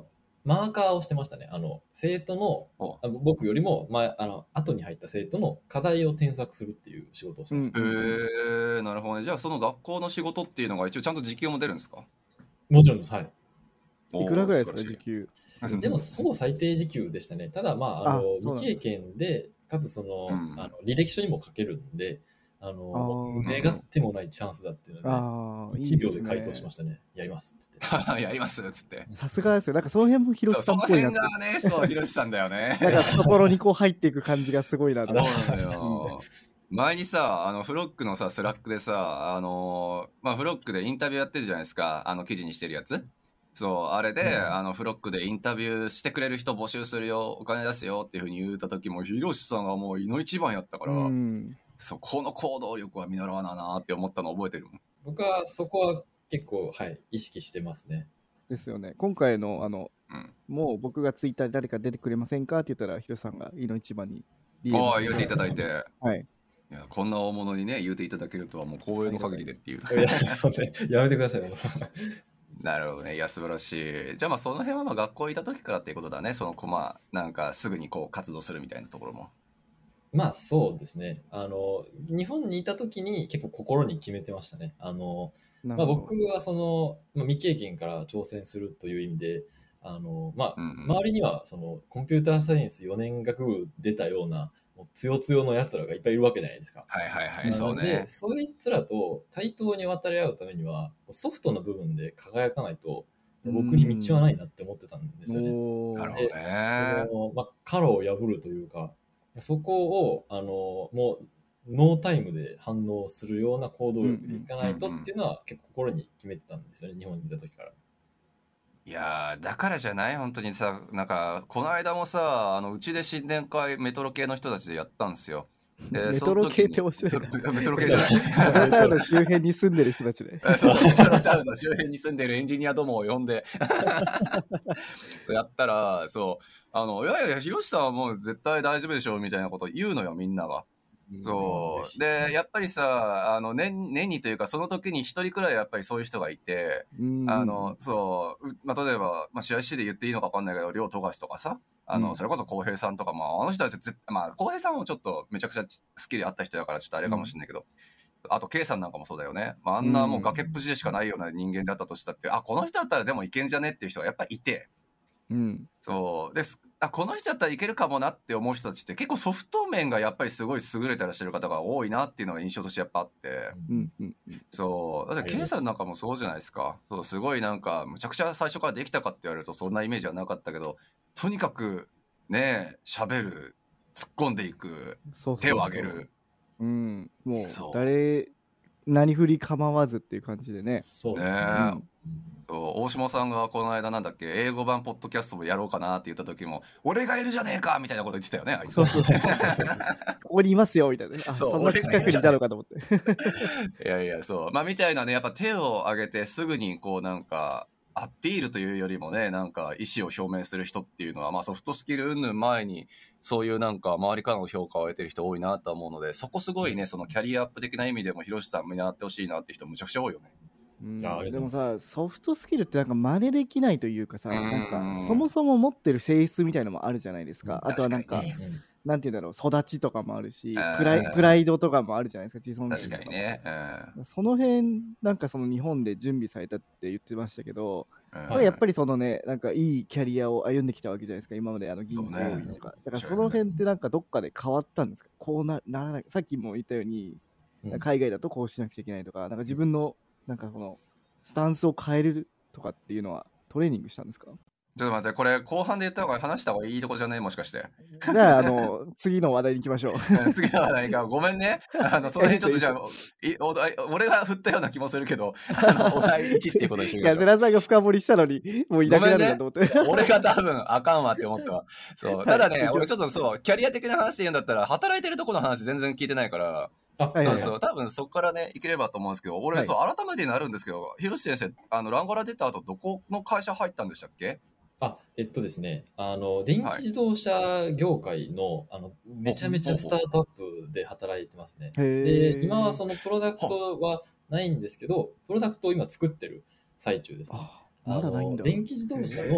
マーカーをしてましたね。あの生徒のあ僕よりも前あの後に入った生徒の課題を添削するっていう仕事をしてました。 へ、うん、えー、なるほどね。じゃあその学校の仕事っていうのが一応ちゃんと時給も出るんですか？ もちろんです。はい。 いくらぐらいですか時給？ でもほぼ最低時給でしたね。ただまああの未経験でかつその、うん、あの履歴書にも書けるんで。あのあ願ってもないチャンスだっていうので、いちびょうで回答しましたね。いいね、やりますっつって。 やりますっつって。 さすがですよ。なんかその辺も広瀬さんっぽいなって。 その辺がね、そう、広瀬さんだよね。 なんか懐にこう入っていく感じがすごいなって。 そうなんだよ。前にさ、あのフロックのさ、スラックでさ、あのまあ、フロックでインタビューやってるじゃないですか、あの記事にしてるやつ。そう、あれで、うん、あのフロックでインタビューしてくれる人募集するよ、お金出すよっていうふうに言った時も、広瀬さんがもういの一番やったから、うん、そこの行動力は見習わななって思ったの覚えてるもん。 僕はそこは結構、はい、意識してますね。 ですよね。今回の、あの、うん、もう僕がツイッターで誰か出てくれませんかって言ったら、広瀬さんがいの一番にディーエム ああ、言っていただいて。 はい。 いやこんな大物にね、言うていただけるとはもう光栄の限りでっていう。 いや、そうね、やめてください。 なるほどね。いや、素晴らしい。じゃあまあその辺はまあ学校いた時からっていうことだね。そのコマ、なんかすぐにこう活動するみたいなところも。 まあそうですね。あの、日本にいた時に結構心に決めてましたね。あの、まあ、僕はその、まあ、未経験から挑戦するという意味で、あの、まあ、うんうん、周りにはそのコンピューターサイエンスよねん学部出たような、もう強強のやつらがいっぱいいるわけじゃないですか。 はいはいはい、そうね。 そいつらと対等に渡り合うためには、ソフトの部分で輝かないと、僕に道はないなって思ってたんですよね。 なるほどね。 そのまあ、殻を破るというか、そこを、あの、もう、ノータイムで反応するような行動力でいかないとっていうのは結構心に決めてたんですよね、日本にいた時から。 いやだからじゃない本当にさ、なんかこの間もさ、あのうちで新年会メトロ系の人たちでやったんですよ。 メトロ系っておっしゃるメトロ系じゃないメトロタウンの周辺に住んでる人たちでそうメトロタウンの周辺に住んでるエンジニアどもを呼んでそうやったら、そうあのいやいや広瀬さんはもう絶対大丈夫でしょみたいなこと言うのよみんなが。そうでやっぱりさあの 年, 年にというかその時に一人くらいやっぱりそういう人がいて、あのそう、まあ、例えば、まあ、シーアイシー で言っていいのか分かんないけど両富樫とかさあの、うん、それこそ浩平さんとか、まあ、あの人たち絶まあ浩平さんもちょっとめちゃくちゃスキルあった人だからちょっとあれかもしれないけど、うん、あと K さんなんかもそうだよね、まあ、あんなもう崖っぷちでしかないような人間だったとしたって、うん、あこの人だったらでもいけんじゃねっていう人がやっぱりいて、 うん、 そうです。あこの人だったらいけるかもなって思う人たちって結構ソフト面がやっぱりすごい優れてらっしゃる方が多いなっていうのが印象としてやっぱあって、 うんうんうん、 そうだって K さんなんかもそうじゃないですか。そうすごいなんかむちゃくちゃ最初からできたかって言われるとそんなイメージはなかったけど、とにかくね喋る、突っ込んでいく、そうそうそう手を挙げる、 うん、もう誰何振り構わずっていう感じでね。 そうですね、 うん大下さんがこの間なんだっけ英語版ポッドキャストもやろうかなって言った時も俺がいるじゃねえかみたいなこと言ってたよね。あいつそうそうそうここにいますよみたいな、あ そ, そんな近くにいたのかと思っていやいやそうまあみたいなね、やっぱ手を挙げてすぐにこうなんかアピールというよりもね、なんか意思を表明する人っていうのは、まあ、ソフトスキル云々前にそういうなんか周りからの評価を得てる人多いなと思うので、そこすごいね、そのキャリアアップ的な意味でも広瀬さん見習ってほしいなって人むちゃくちゃ多いよね。 うん、でもさソフトスキルってなんか真似できないというかさ、なんかそもそも持ってる性質みたいなのもあるじゃないですか。あとはなんかなんていうんだろう、育ちとかもあるし、プライ、プライドとかもあるじゃないですか、自尊心とかも。 確かにね、うん、 その辺なんかその日本で準備されたって言ってましたけど、うん、やっぱりそのねなんかいいキャリアを歩んできたわけじゃないですか、今まであの銀行員とか、ね、だからその辺ってなんかどっかで変わったんですか。こう な, ならない、さっきも言ったように、うん、海外だとこうしなくちゃいけないとか、なんか自分のなんかこのスタンスを変えるとかっていうのはトレーニングしたんですか。 ちょっと待って、これ後半で言った方が話した方がいいとこじゃねえもしかして。 じゃあ、あの、次の話題に行きましょう。 次の話題か。ごめんね。あの、その辺ちょっとじゃあ、いお題俺が振ったような気もするけど、あのお題いちっていうことにしてください。 いや、ゼラさんが深掘りしたのに、もういなくなるかと思って。ね、 俺が多分あかんわって思ったわ。そう。ただね、俺ちょっとそう、キャリア的な話で言うんだったら、働いてるところの話全然聞いてないから、あ、はいはいはい、そう多分そこからねいければと思うんですけど、俺、はい、そう改めてになるんですけど、広瀬先生、あのランゴラ出た後どこの会社入ったんでしたっけ。 あえっとですね、あの電気自動車業界 の,、はい、あのめちゃめちゃスタートアップで働いてますね。で今はそのプロダクトはないんですけど、プロダクトを今作ってる最中ですね。 あまだないんだ。 電気自動車の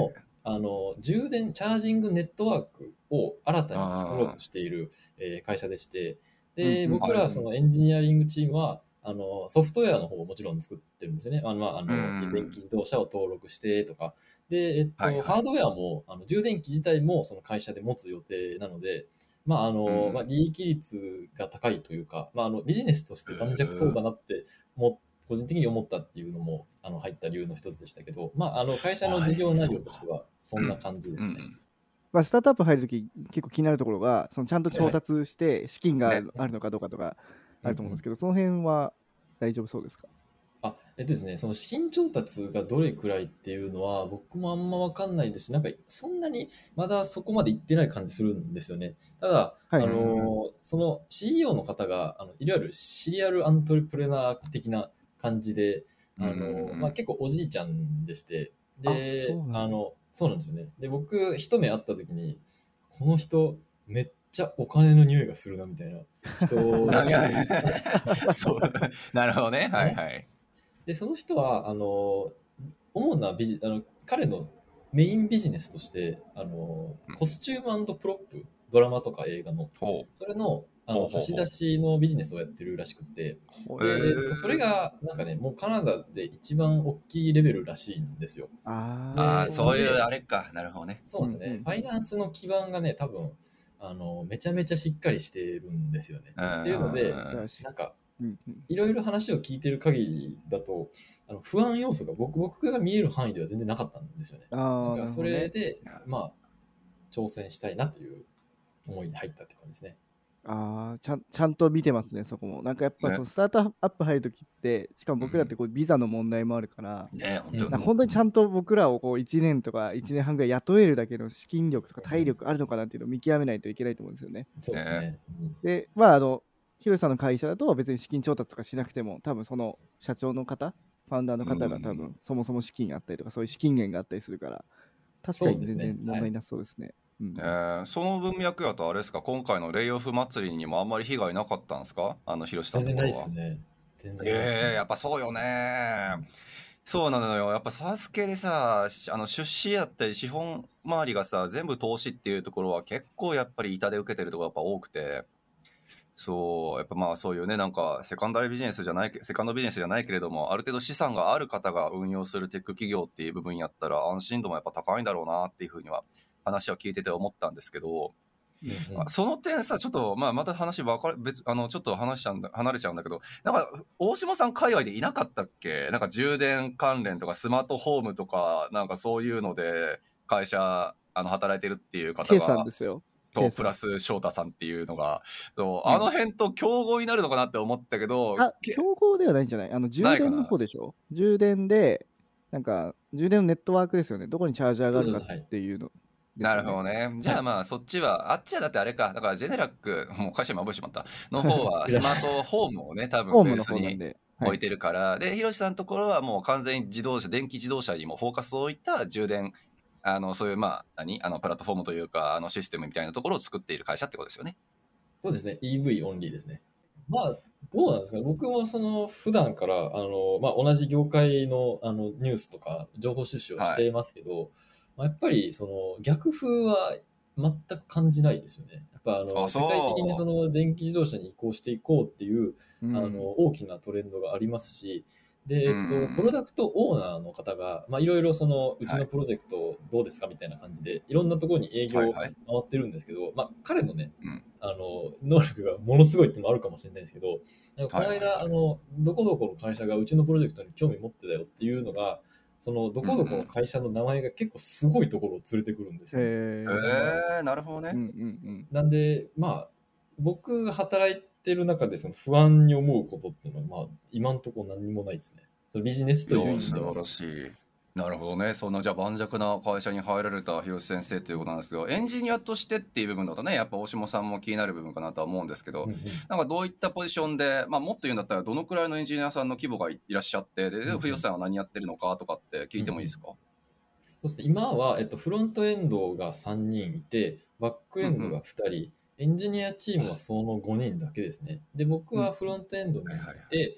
あの充電チャージングネットワークを新たに作ろうとしている、えー会社でして、で、 うんうん僕らそのエンジニアリングチームはあのソフトウェアの方をもちろん作ってるんですよね。あの、まあ、あのうん電気自動車を登録してとか。で、えっと、 はいはいハードウェアもあの充電器自体もその会社で持つ予定なので、まああのうんまあ、利益率が高いというか、まあ、あのビジネスとして盤石そうだなっても個人的に思ったっていうのもあの入った理由の一つでしたけど、まあ、あの会社の事業内容としてはそんな感じですね。 うんうんまあ、スタートアップ入るとき結構気になるところがそのちゃんと調達して資金がある,、 ねあるのかどうかとかあると思うんですけど、その辺は大丈夫そうですか？ あ、えっとですね、その資金調達がどれくらいっていうのは僕もあんま分かんないですし、なんかそんなにまだそこまで行ってない感じするんですよね。ただ、 はいあのその シーイーオー の方があのいわゆるシリアルアントレプレナー的な感じで、あのまあ、結構おじいちゃんでして、で、 あそうなんだあのそうなんですよね。で、僕一目会った時にこの人めっちゃお金の匂いがするなみたいな人だったそうなるほどね。はいはい。 で、その人は、あの、主なビジ、あの、彼のメインビジネスとして、あのうん、 コスチュームプロップ、ドラマとか映画の、 ほそれの、あの、 ほうほうほう貸し出しのビジネスをやってるらしくて、 ほで、 へーえっと、それが、なんかね、もうカナダで一番大きいレベルらしいんですよ。 あああ、 でそういうであれか。なるほどね。 そうなんですよね。 うんうんファイナンスの基盤がね、多分、あの、めちゃめちゃしっかりしてるんですよね。っていうので、 うんじゃあしなんか、 うんうんいろいろ話を聞いてる限りだと、あの不安要素が僕僕が見える範囲では全然なかったんですよね。 あなんかそあなるほどね。 れで、まあ、挑戦したいなという思いに入ったって感じですね。 ああちゃんちゃんと見てますね、そこも。なんかやっぱねそのスタートアップ入るときって、しかも僕らってこうビザの問題もあるから、 ね、本当にうんなんか本当にちゃんと僕らをこういちねんとかいちねんはんぐらい雇えるだけの資金力とか体力あるのかなっていうのを見極めないといけないと思うんですよね。 そうですね。うんで、まああの、ヒロシさんの会社だと別に資金調達とかしなくても、多分その社長の方、ファウンダーの方が多うん分そもそも資金あったりとか、そういう資金源があったりするから、確かに全そうですね然問題なさそうですね。うんえーその文脈やとあれですか、今回のレイオフ祭りにもあんまり被害なかったんですか、あの広瀬さ全然ないんのところは。 ですね。全然ないですね。 ええやっぱそうよね。そうなのよ。やっぱサスケでさ、しあの出資やったり資本周りがさ、全部投資っていうところは結構やっぱり痛手受けてるところがやっぱ多くて、そう、やっぱまあそういうね、なんかセカンダリビジネスじゃないけ、セカンドビジネスじゃないけれども、ある程度資産がある方が運用するテック企業っていう部分やったら安心度もやっぱ高いんだろうなっていうふうには話を聞いてて思ったんですけど、 うんうんあその点さ、ちょっと、まあ、また話分かれ、別、あの、ちょっと話しちゃうんだ、離れちゃうんだけど、なんか、大島さん界隈でいなかったっけ、なんか充電関連とかスマートホームとか、なんかそういうので、会社、あの、働いてるっていう方 K さんがで、すよ。 と、 K さんプラス翔太さんっていうのが、そう、 うんあの辺と競合になるのかなって思ったけど、 あ、 け競合ではないんじゃないあの、充ないかな電の方でしょ充電で、なんか、充電のネットワークですよね。どこにチャージャーがあるかそうそうそうはいっていうのですよね。 なるほどね。じゃあまあ、そっちは、あっちはだってあれか、だからジェネラック、もう会社今覚えてしまった、の方はスマートホームをね、多分ベホームのースに方なんで。はい。 置いてるから、で、ヒロシさんのところはもう完全に自動車、電気自動車にもフォーカスを置いた充電、あの、そういう、まあ、何あの、プラットフォームというか、あの、システムみたいなところを作っている会社ってことですよね。 そうですね。イーブイ オンリーですね。まあ、どうなんですかね。僕もその普段からあの、まあ、同じ業界のあのニュースとか情報収集をしていますけど、まあ、やっぱりその逆風は全く感じないですよね。やっぱあのあ、そう世界的にその電気自動車に移行していこうっていう、 うんあの大きなトレンドがありますし、で、えっうんと、プロダクトオーナーの方が、まあ、いろいろそのうちはいのプロジェクトどうですかみたいな感じで、いろんなところに営業を回はいはい。 ってるんですけど、まあ、彼のね、 うん。 あの能力がものすごいっていうのもあるかもしれないですけど、なんかこの間、 はいはいはいあのどこどこの会社がうちのプロジェクトに興味持ってたよっていうのが、そのどこどこの会社の名前が結構すごいところを連れてくるんですよね。 ええーー、なるほどね。 うんうんうん。 なんで、まあ、僕が働いてる中でその不安に思うことっていうのは、まあ、今のところ何もないですね。そのビジネスという意いや、 味では。 素晴らしい。なるほどね。そんなじゃあ盤石な会社に入られた広瀬先生ということなんですけど、エンジニアとしてっていう部分だとね、やっぱ大下さんも気になる部分かなとは思うんですけど、 うんうんなんかどういったポジションで、まあ、もっと言うんだったらどのくらいのエンジニアさんの規模がいらっしゃって、で、 うんうん広瀬さんは何やってるのかとかって聞いてもいいですか？ そして今は、えっと、フロントエンドがさんにんいて、バックエンドがふたり、エンジニアチームはそのごにんだけですね。で、僕はフロントエンドにいはいはいはいて、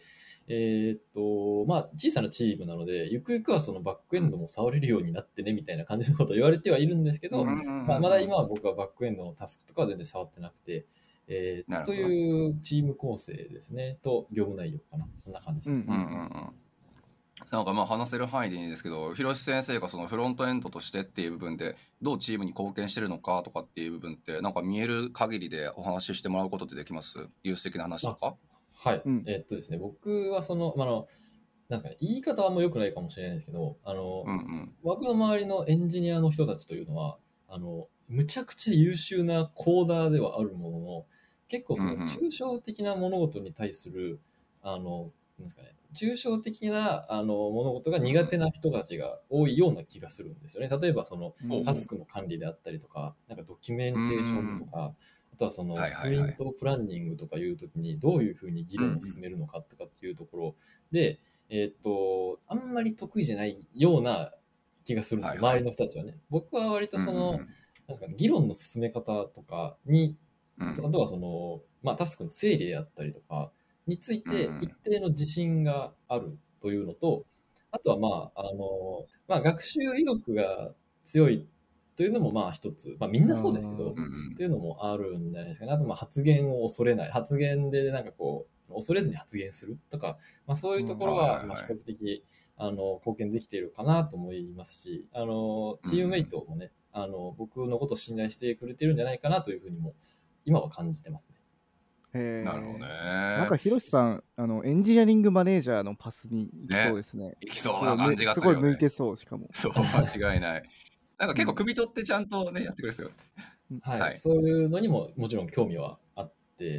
えーっと、まあ、小さなチームなので、ゆくゆくはそのバックエンドも触れるようになってね、みたいな感じのことを言われてはいるんですけど、まあ、まだ今は僕はバックエンドのタスクとかは全然触ってなくて、えー、というチーム構成ですね、と業務内容かな。そんな感じですね。 うんうんうん。なんかまあ話せる範囲でいいんですけど、広瀬先生がそのフロントエンドとしてっていう部分でどうチームに貢献してるのかとかっていう部分ってなんか見える限りでお話ししてもらうことってできます？有識的な話とか。 はい、うん、えー、っとですね、僕はその、まあの、なんですかね、言い方はあんま良くないかもしれないですけど、あの、うんうん、僕の周りのエンジニアの人たちというのは、あの、むちゃくちゃ優秀なコーダーではあるものの、結構その抽象的な物事に対する、うんうん、あの、なんですかね、抽象的なあの物事が苦手な人たちが多いような気がするんですよね。例えばその、うん、タスクの管理であったりとか、なんかドキュメンテーションとか、うん、あとはそのスプリントプランニングとかいうときにどういうふうに議論を進めるのかとかっていうところで、えっと、あんまり得意じゃないような気がするんですよ、はいはい、周りの人たちはね。僕は割とその、うんうん、なんですかね、議論の進め方とかに、うん、あとはその、まあ、タスクの整理であったりとかについて一定の自信があるというのと、あとはまあ、あの、まあ、学習意欲が強いというのもまあ一つ、まあみんなそうですけど、というのもあるんじゃないですかね。あとまあ発言を恐れない。発言でなんかこう、恐れずに発言するとか、まあそういうところはまあ比較的あの貢献できているかなと思いますし、あの、チームメイトもね、あの、僕のことを信頼してくれてるんじゃないかなというふうにも今は感じてますね。 へなるほどね。 なんかひろしさん、あのエンジニアリングマネージャーのパスに行きそうですね。 行きそうな感じがするよね。すごい向いてそう、しかも。 そう、間違いない。なんか結構汲み取ってちゃんとね、やってくれるんですよ。 はい、はい、そういうのにももちろん興味はあって、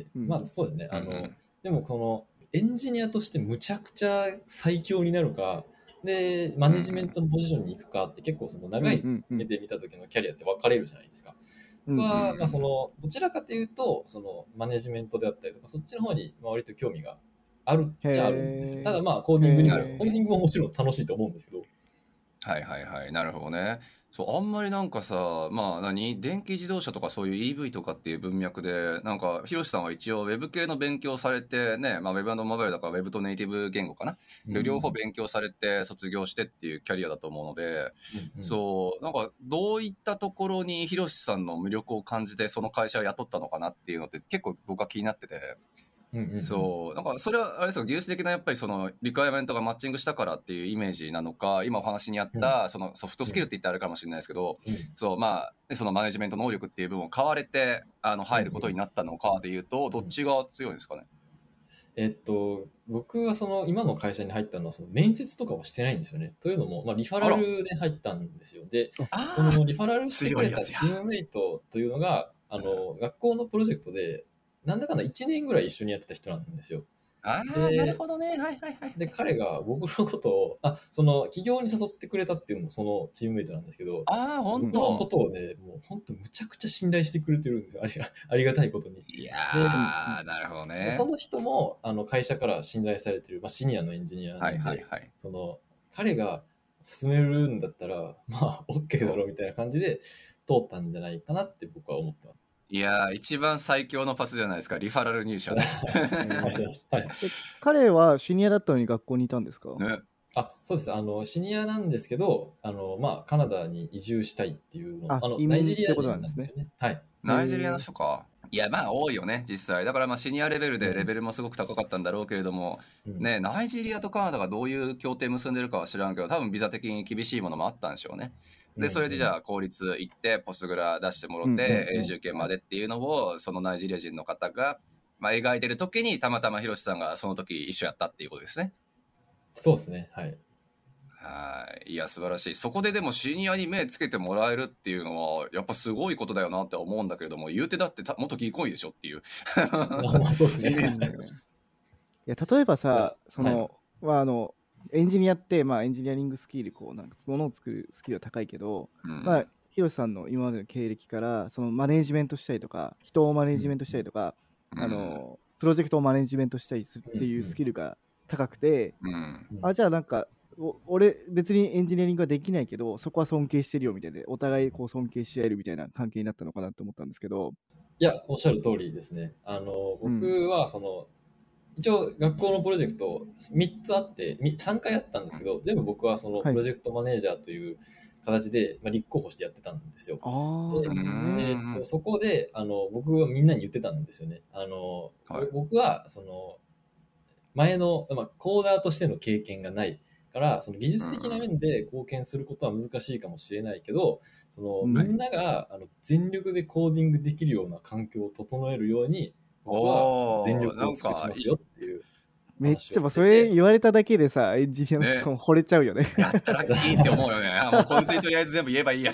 うん、まあそうですね。あの、うんうん、でもこのエンジニアとしてむちゃくちゃ最強になるか、で、マネジメントのポジションに行くかって結構その長い目で見た時のキャリアって分かれるじゃないですか。僕は、まあその、どちらかというと、そのマネジメントであったりとか、そっちの方に割と興味があるっちゃあるんですよ。ただまあコーディングにも、コーディングももちろん楽しいと思うんですけど。 はいはいはい、なるほどね。そう、あんまりなんかさ、まあ何、電気自動車とかそういう イーブイ とかっていう文脈で、なんか、ひろしさんは一応 Web 系の勉強されてね、まあ Web& モバイルだから Web とネイティブ言語かな、うん、両方勉強されて卒業してっていうキャリアだと思うので、うんうん、そう、なんかどういったところにひろしさんの魅力を感じてその会社を雇ったのかなっていうのって結構僕は気になってて、うんうんうん、そうなんかそれはあれですよ、技術的なやっぱりそのリクエアメントがマッチングしたからっていうイメージなのか、今お話にあったそのソフトスキルって言ってあるかもしれないですけど、うん、そうまあそのマネジメント能力っていう部分を買われてあの入ることになったのかでいうと、どっちが強いんですかね？ えっと、僕はその今の会社に入ったのはその面接とかをしてないんですよね。というのも、まあ、リファラルで入ったんですよ。で、そのリファラルしてくれたチームメイトというのが、あの、学校のプロジェクトで、なんだかんだいちねんぐらい一緒にやってた人なんですよ。 ああ、なるほどね。はいはいはい。 で、彼が僕のことを、あ、その、企業に誘ってくれたっていうのもそのチームメイトなんですけど、 ああ、本当。 僕のことをね、もう本当むちゃくちゃ信頼してくれてるんですよ。ありがありがたいことに。 いやー、なるほどね。 その人も、あの、会社から信頼されてる、まあ、シニアのエンジニアなんで、 はいはいはい、 その、彼が進めるんだったら、まあ、OK だろうみたいな感じで通ったんじゃないかなって僕は思ってます。 いやー、一番最強のパスじゃないですか、リファラル入社で。 はい、彼はシニアだったのに学校にいたんですか？ ね、あ、そうです。あの、シニアなんですけど、あの、まあ、カナダに移住したいっていうの、 ああの、ナイジェリア人なんですよね。はい。 ナイジェリアの人か。いや、まあ、多いよね、実際。だから、まあ、シニアレベルでレベルもすごく高かったんだろうけれども、うん、ね、ナイジェリアとカナダがどういう協定結んでるかは知らんけど、多分ビザ的に厳しいものもあったんでしょうね。で、それでじゃあ、公立行って、ポスグラ出してもらって、永住権までっていうのを、そのナイジェリア人の方が、まあ、描いてる時に、たまたまひろしさんがその時一緒やったっていうことですね。 そうですね、はい。 はい、いや素晴らしい。そこででもシニアに目つけてもらえるっていうのはやっぱすごいことだよなって思うんだけれども、言うてだって元ギーコイでしょっていうまあそうですね。 いや例えばさ、その、はい、まあ、あのエンジニアって、まあ、エンジニアリングスキルこうなんか物を作るスキルは高いけど、うん、まあひろしさんの今までの経歴からそのマネージメントしたりとか人をマネージメントしたりとか、うん、あのプロジェクトをマネージメントしたりするっていうスキルが高くて、うん、あじゃあなんか俺別にエンジニアリングはできないけどそこは尊敬してるよみたいでお互いこう尊敬し合えるみたいな関係になったのかなと思ったんですけど。 いやおっしゃる通りですね。あの僕はその、うん、 一応学校のプロジェクトみっつあってさんかいあったんですけど、全部僕はそのプロジェクトマネージャーという形で、はい、まあ、立候補してやってたんですよ。 あで、えー、っとそこであの僕はみんなに言ってたんですよね。あの、はい、僕はその前の、まあ、コーダーとしての経験がないから、その技術的な面で貢献することは難しいかもしれないけど、そのみんながあの全力でコーディングできるような環境を整えるように、僕は全力を尽くしますよっていう。 めっちゃ、もうそれ言われただけでさ、エンジニアの人も惚れちゃうよね。 やったらいいって思うよね。あ、もうこいつにとりあえず全部言えばいいやって。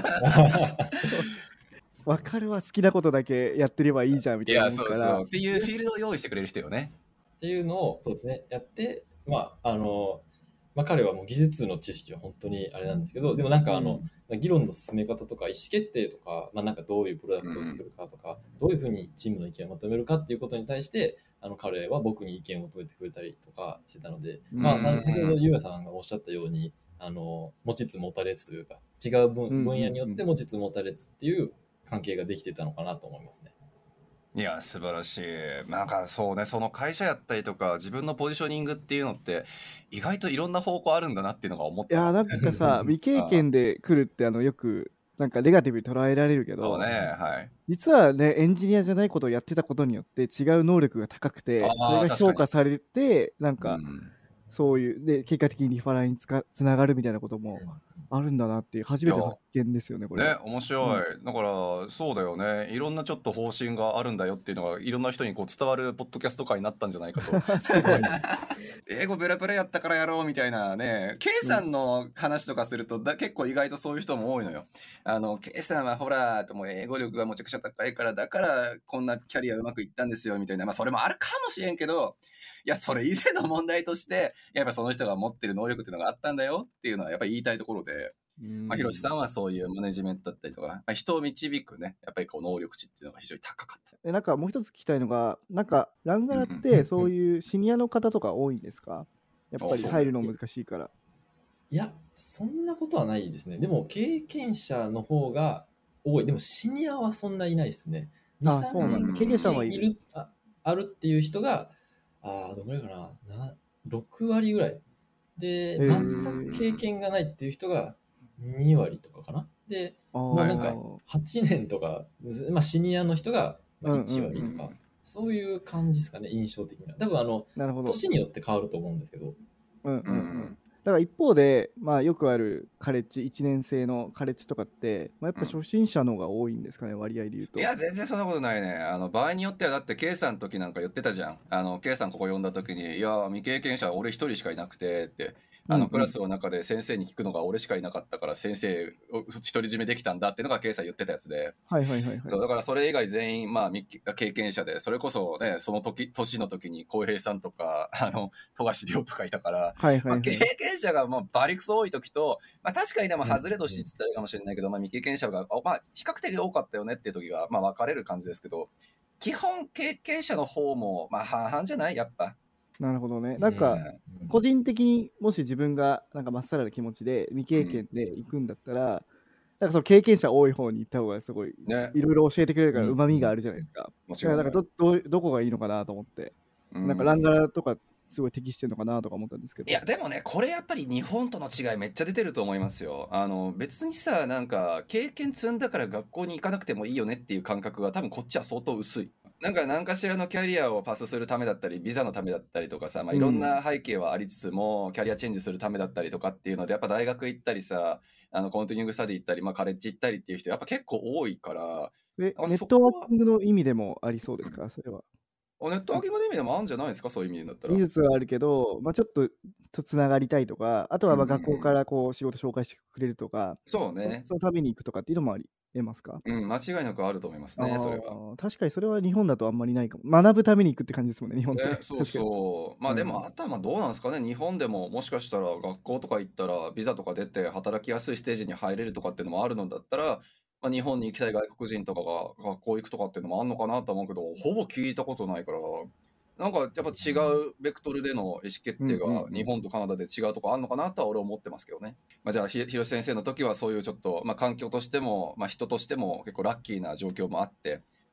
わかるわ、好きなことだけやってればいいじゃんみたいな。いや、 そうそう。っていうフィールドを用意してくれる人よね。 っていうのを、そうですね、やって、まあ、あの、まあ、彼はもう技術の知識は本当にあれなんですけど、でもなんかあの、うん、議論の進め方とか意思決定とか、まあ、なんかどういうプロダクトを作るかとか、うん、どういうふうにチームの意見をまとめるかっていうことに対して、あの彼は僕に意見を求めてくれたりとかしてたので、うん、まあ、先ほどゆうやさんがおっしゃったように、あの持ちつ持たれつというか、違う 分,、分野によって持ちつ持たれつっていう関係ができてたのかなと思いますね。 いや素晴らしい。なんかそうね、その会社やったりとか自分のポジショニングっていうのって意外といろんな方向あるんだなっていうのが思った。 いやなんかさ未経験で来るってあのよくなんかネガティブに捉えられるけど、 そうね、はい、 実はねエンジニアじゃないことをやってたことによって違う能力が高くてそれが評価されてなんか、うん、そういうで結果的にリファラルにつかつながるみたいなこともあるんだなっていう初めての発見ですよねこれ。 ね、面白い、うん、だからそうだよね、いろんなちょっと方針があるんだよっていうのがいろんな人にこう伝わるポッドキャスト会になったんじゃないかと。すごい英語ベラベラやったからやろうみたいなね、K さんの話とかするとだ結構意外とそういう人も多いのよ。あの K さんはほらとも英語力がむちゃくちゃ高いからだからこんなキャリアうまくいったんですよみたいな、まあそれもあるかもしれんけど、いやそれ以前の問題としてやっぱその人が持ってる能力っていうのがあったんだよっていうのはやっぱり言いたいところで、まあ、ひろしさんはそういうマネジメントだったりとか、まあ、人を導くねやっぱりこう能力値っていうのが非常に高かった。 えなんかもう一つ聞きたいのが、なんかランガラってそういうシニアの方とか多いんですか？やっぱり入るの難しいから。 いやそんなことはないですね。でも経験者の方が多い。でもシニアはそんないないですね。 ああそうなんだ。経験者はいる。 いる あ, あるっていう人があどのぐらいかななろくわりぐらいで、全く経験がないっていう人がにわりとかかな。で、まあなんかはちねんとか、まあ、シニアの人がいちわりとか、うんうんうん、そういう感じですかね、印象的には。多分あの年によって変わると思うんですけど。 うんうんうん、だから一方で、まあ、よくあるカレッジいちねん生のカレッジとかって、まあ、やっぱ初心者の方が多いんですかね、うん、割合で言うと。 いや全然そんなことないね。あの場合によってはだって K さんの時なんか言ってたじゃん。あの K さんここ呼んだ時にいや未経験者俺一人しかいなくてってあのクラスの中で先生に聞くのが俺しかいなかったから先生を独り占めできたんだっていうのが K さん言ってたやつで、 はいはいはいはい、 そうだからそれ以外全員、まあ、経験者でそれこそねその時年の時に浩平さんとかあの富樫亮とかいたから、 はいはいはい、 まあ、経験者がもうバリクソ多い時と、まあ、確かにでも外れ年って言ったらいいかもしれないけど、まあ、未経験者が、まあ、比較的多かったよねっていう時が、まあ、分かれる感じですけど基本経験者の方も、まあ、半々じゃないやっぱ。 なるほどね。なんか、個人的にもし自分がなんかまっさらな気持ちで未経験で行くんだったら、うん、なんかその経験者多い方に行った方がすごいいろいろ教えてくれるからうまみがあるじゃないですか。うん、だからなんか ど, ど, どこがいいのかなと思って、うん、なんかランガラとかすごい適してるのかなとか思ったんですけど。 いやでもねこれやっぱり日本との違いめっちゃ出てると思いますよ。あの別にさなんか経験積んだから学校に行かなくてもいいよねっていう感覚が多分こっちは相当薄い。なんか何かしらのキャリアをパスするためだったりビザのためだったりとかさ、まあ、いろんな背景はありつつも、うん、キャリアチェンジするためだったりとかっていうのでやっぱ大学行ったりさあのコンティニングスタディ行ったり、まあ、カレッジ行ったりっていう人やっぱ結構多いから。 えネットワーキングの意味でもありそうですか、うん、それは。 ネットワーキングの意味でもあるんじゃないですか、そういう意味だったら。 技術はあるけど、まあ、ちょっととつながりたいとか、あとはまあ学校からこう仕事紹介してくれるとか、うんうん、 そうねそ, そのために行くとかっていうのもあり得ますか？ うん、間違いなくあると思いますね、それは。 確かにそれは日本だとあんまりないかも。学ぶために行くって感じですもんね、日本って。ね、 そうそう。まあでも、うん、あとはまあどうなんですかね、日本でももしかしたら学校とか行ったらビザとか出て働きやすいステージに入れるとかっていうのもあるのだったら、まあ、日本に行きたい外国人とかが学校行くとかっていうのもあるのかなと思うけど、ほぼ聞いたことないから、なんかやっぱ違うベクトルでの意思決定が日本とカナダで違うとこあるのかなとは俺は思ってますけどね。まあ、じゃあひろし先生の時はそういうちょっと、まあ、環境としても、まあ、人としても結構ラッキーな状況もあって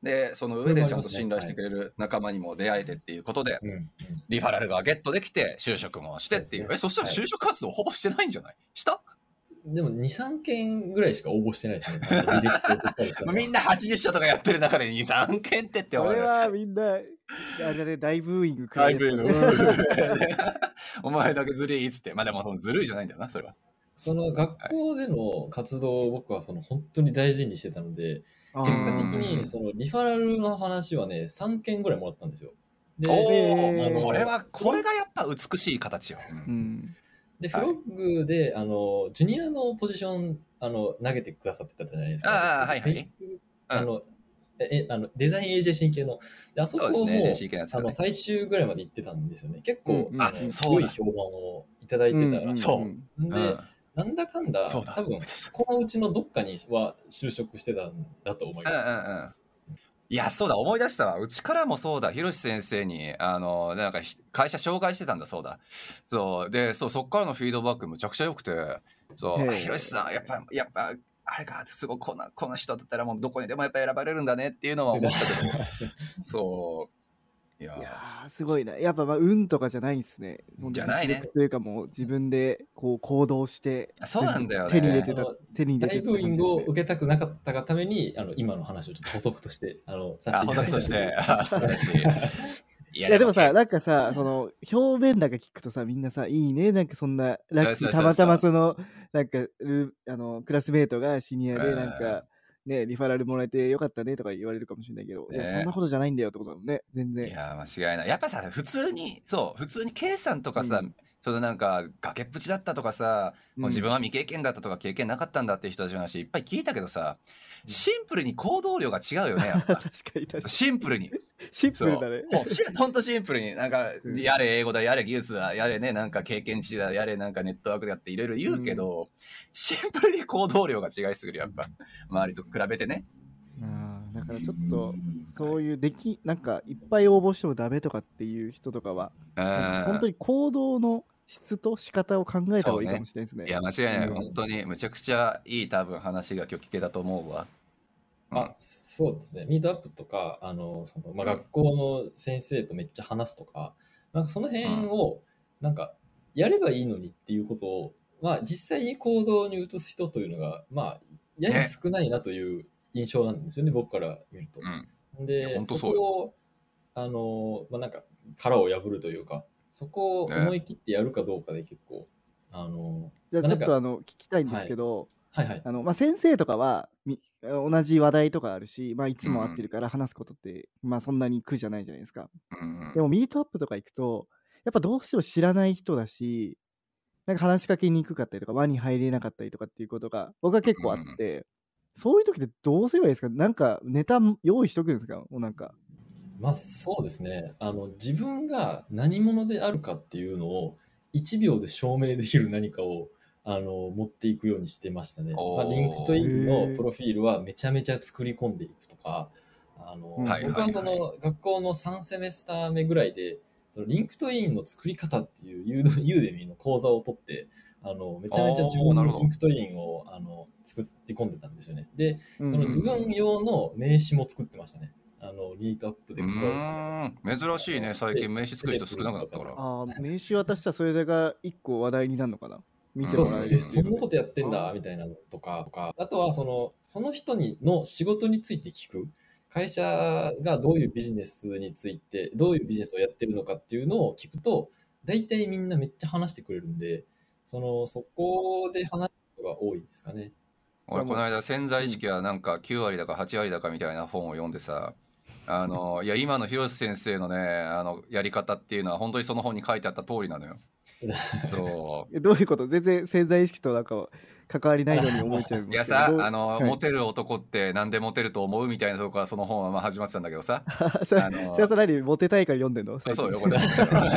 でその上でちゃんと信頼してくれる仲間にも出会えてっていうことで、 うんうん、 リファラルがゲットできて就職もしてっていう、 そ, う、ね、えそしたら就職活動ほぼしてないんじゃない？したでもに、さんけんぐらいしか応募してないですね。 みんなはちじゅっしょとかやってる中でに、さんけんってってこれはみんな、あれね、大ブーイングくらいですよね。 お前だけずるいっつって。まあでもそのずるいじゃないんだよな、それは。 その学校での活動を僕はその本当に大事にしてたので、結果的にそのリファラルの話はね、さんけんぐらいもらったんですよ。で、 おこれは、これがやっぱ美しい形よ。うん、 で、フロッグで、はい、あの、ジュニアのポジション、あの、投げてくださってたじゃないですか。 ああ、はいはい。 あの、えあのデザイン エージェーシー 系の。で、あそこも、ね、あの最終ぐらいまで行ってたんですよね。結構、 うん、あ、 そういう評判をいただいてたら、うん、そう。で、うん、なんだかんだ、多分、このうちのどっかには就職してたんだと思います。うんうんうん、 いや、そうだ、思い出したわ。うちからもそうだ、ひろし先生に、あの、なんか、会社紹介してたんだ、そうだ。そう、で、そう、そっからのフィードバックむちゃくちゃ良くて、そう、ひろしさん、やっぱ、やっぱ、あれか、すごい、この、この人だったらもうどこにでもやっぱ選ばれるんだねっていうのは思ったけど、そう。 いやーすごいな。やっぱまあ運とかじゃないんですね。 じゃないね。 というかもう自分でこう行動してそうなんだよね。 手に入れてた。手に入れてた。大ブーイングを受けたくなかったがためにあの今の話をちょっと補足としてあのさせていただいて。補足として。あ、素晴らしい。 いやでもさ、なんかさ、その表面だけ聞くとさ、みんなさ、いいね、なんかそんなラッキー、たまたまそのなんかあのクラスメートがシニアでなんか。ね、リファラルもらえてよかったねとか言われるかもしれないけど、ね、いやそんなことじゃないんだよってことだもんね、全然。 いや間違いない。やっぱさ、普通にそう普通に K さんとかさ、うん、そのなんか崖っぷちだったとかさ、もう自分は未経験だったとか経験なかったんだっていう人たちの話いっぱい聞いたけどさ、シンプルに行動量が違うよね。やっぱ確かに確かに。 シンプルに。 シンプルだね。 ほんとシンプルになんか、うん、やれ英語だ、やれ技術だ、やれねなんか経験値だ、やれなんかネットワークだっていろいろ言うけど、うん、シンプルに行動量が違いすぎるやっぱ周りと比べてね。 あだからちょっとそういうできなんかいっぱい応募してもダメとかっていう人とかは本当に行動の質と仕方を考えた方がいいかもしれないですね。 いや間違いない、うん、本当にむちゃくちゃいい多分話が今日聞けたと思うわ。 うん、あそうですね。ミートアップとかあのその、まあ、学校の先生とめっちゃ話すとか、うん、なんかその辺をなんかやればいいのにっていうことを、まあ、実際に行動に移す人というのがまあやや少ないなという印象なんですよね、僕から見ると。うん、で、そこを、あの、まあ、なんか、殻を破るというか、そこを思い切ってやるかどうかで結構、ね、あの、 じゃあちょっとあの聞きたいんですけど、 はいはいはい、 あのまあ、先生とかはみ同じ話題とかあるし、まあ、いつも会ってるから話すことって、うん、まあ、そんなに苦じゃないじゃないですか。うん、でも、ミートアップとか行くと、やっぱどうしても知らない人だし、なんか話しかけにくかったりとか、輪に入れなかったりとかっていうことが僕は結構あって、うんそういう時ってどうすればいいですか？なんかネタ用意しとくんですか？もうなんか。 まあそうですね。あの自分が何者であるかっていうのをいちびょうで証明できる何かをあの持っていくようにしてましたね。まあ、リンクトインのプロフィールはめちゃめちゃ作り込んでいくとか、あの、うん、僕はその学校のさんセメスター目ぐらいでそのリンクトインの作り方っていうユーデミーの講座を取ってあのめちゃめちゃ自分のリンクトインをあの作って込んでたんですよね。で、その自分用の名刺も作ってましたね。あのミートアップで配る。うん珍しいね、最近名刺作る人少なくなったから。 あ名刺渡したらそれが一個話題になるのかな。 見てもらえる。そんなことやってんだみたいなのとか、あとはそのその人にの仕事について聞く。会社がどういうビジネスについてどういうビジネスをやってるのかっていうのを聞くと、大体みんなめっちゃ話してくれるんで。そのそこで話すことが多いですかね。 俺この間潜在意識はなんかきゅうわりだかはちわりだかみたいな本を読んでさ、あのいや今の広瀬先生のねあのやり方っていうのは本当にその本に書いてあった通りなのよ。 そうどういうこと？全然潜在意識となんか関わりないように思えちゃう。 いやさあの、はい、モテる男ってなんでモテると思うみたいなとこからその本はまあ始まってたんだけどさあのそれは何モテたいから読んでんの？ そうよこれ違う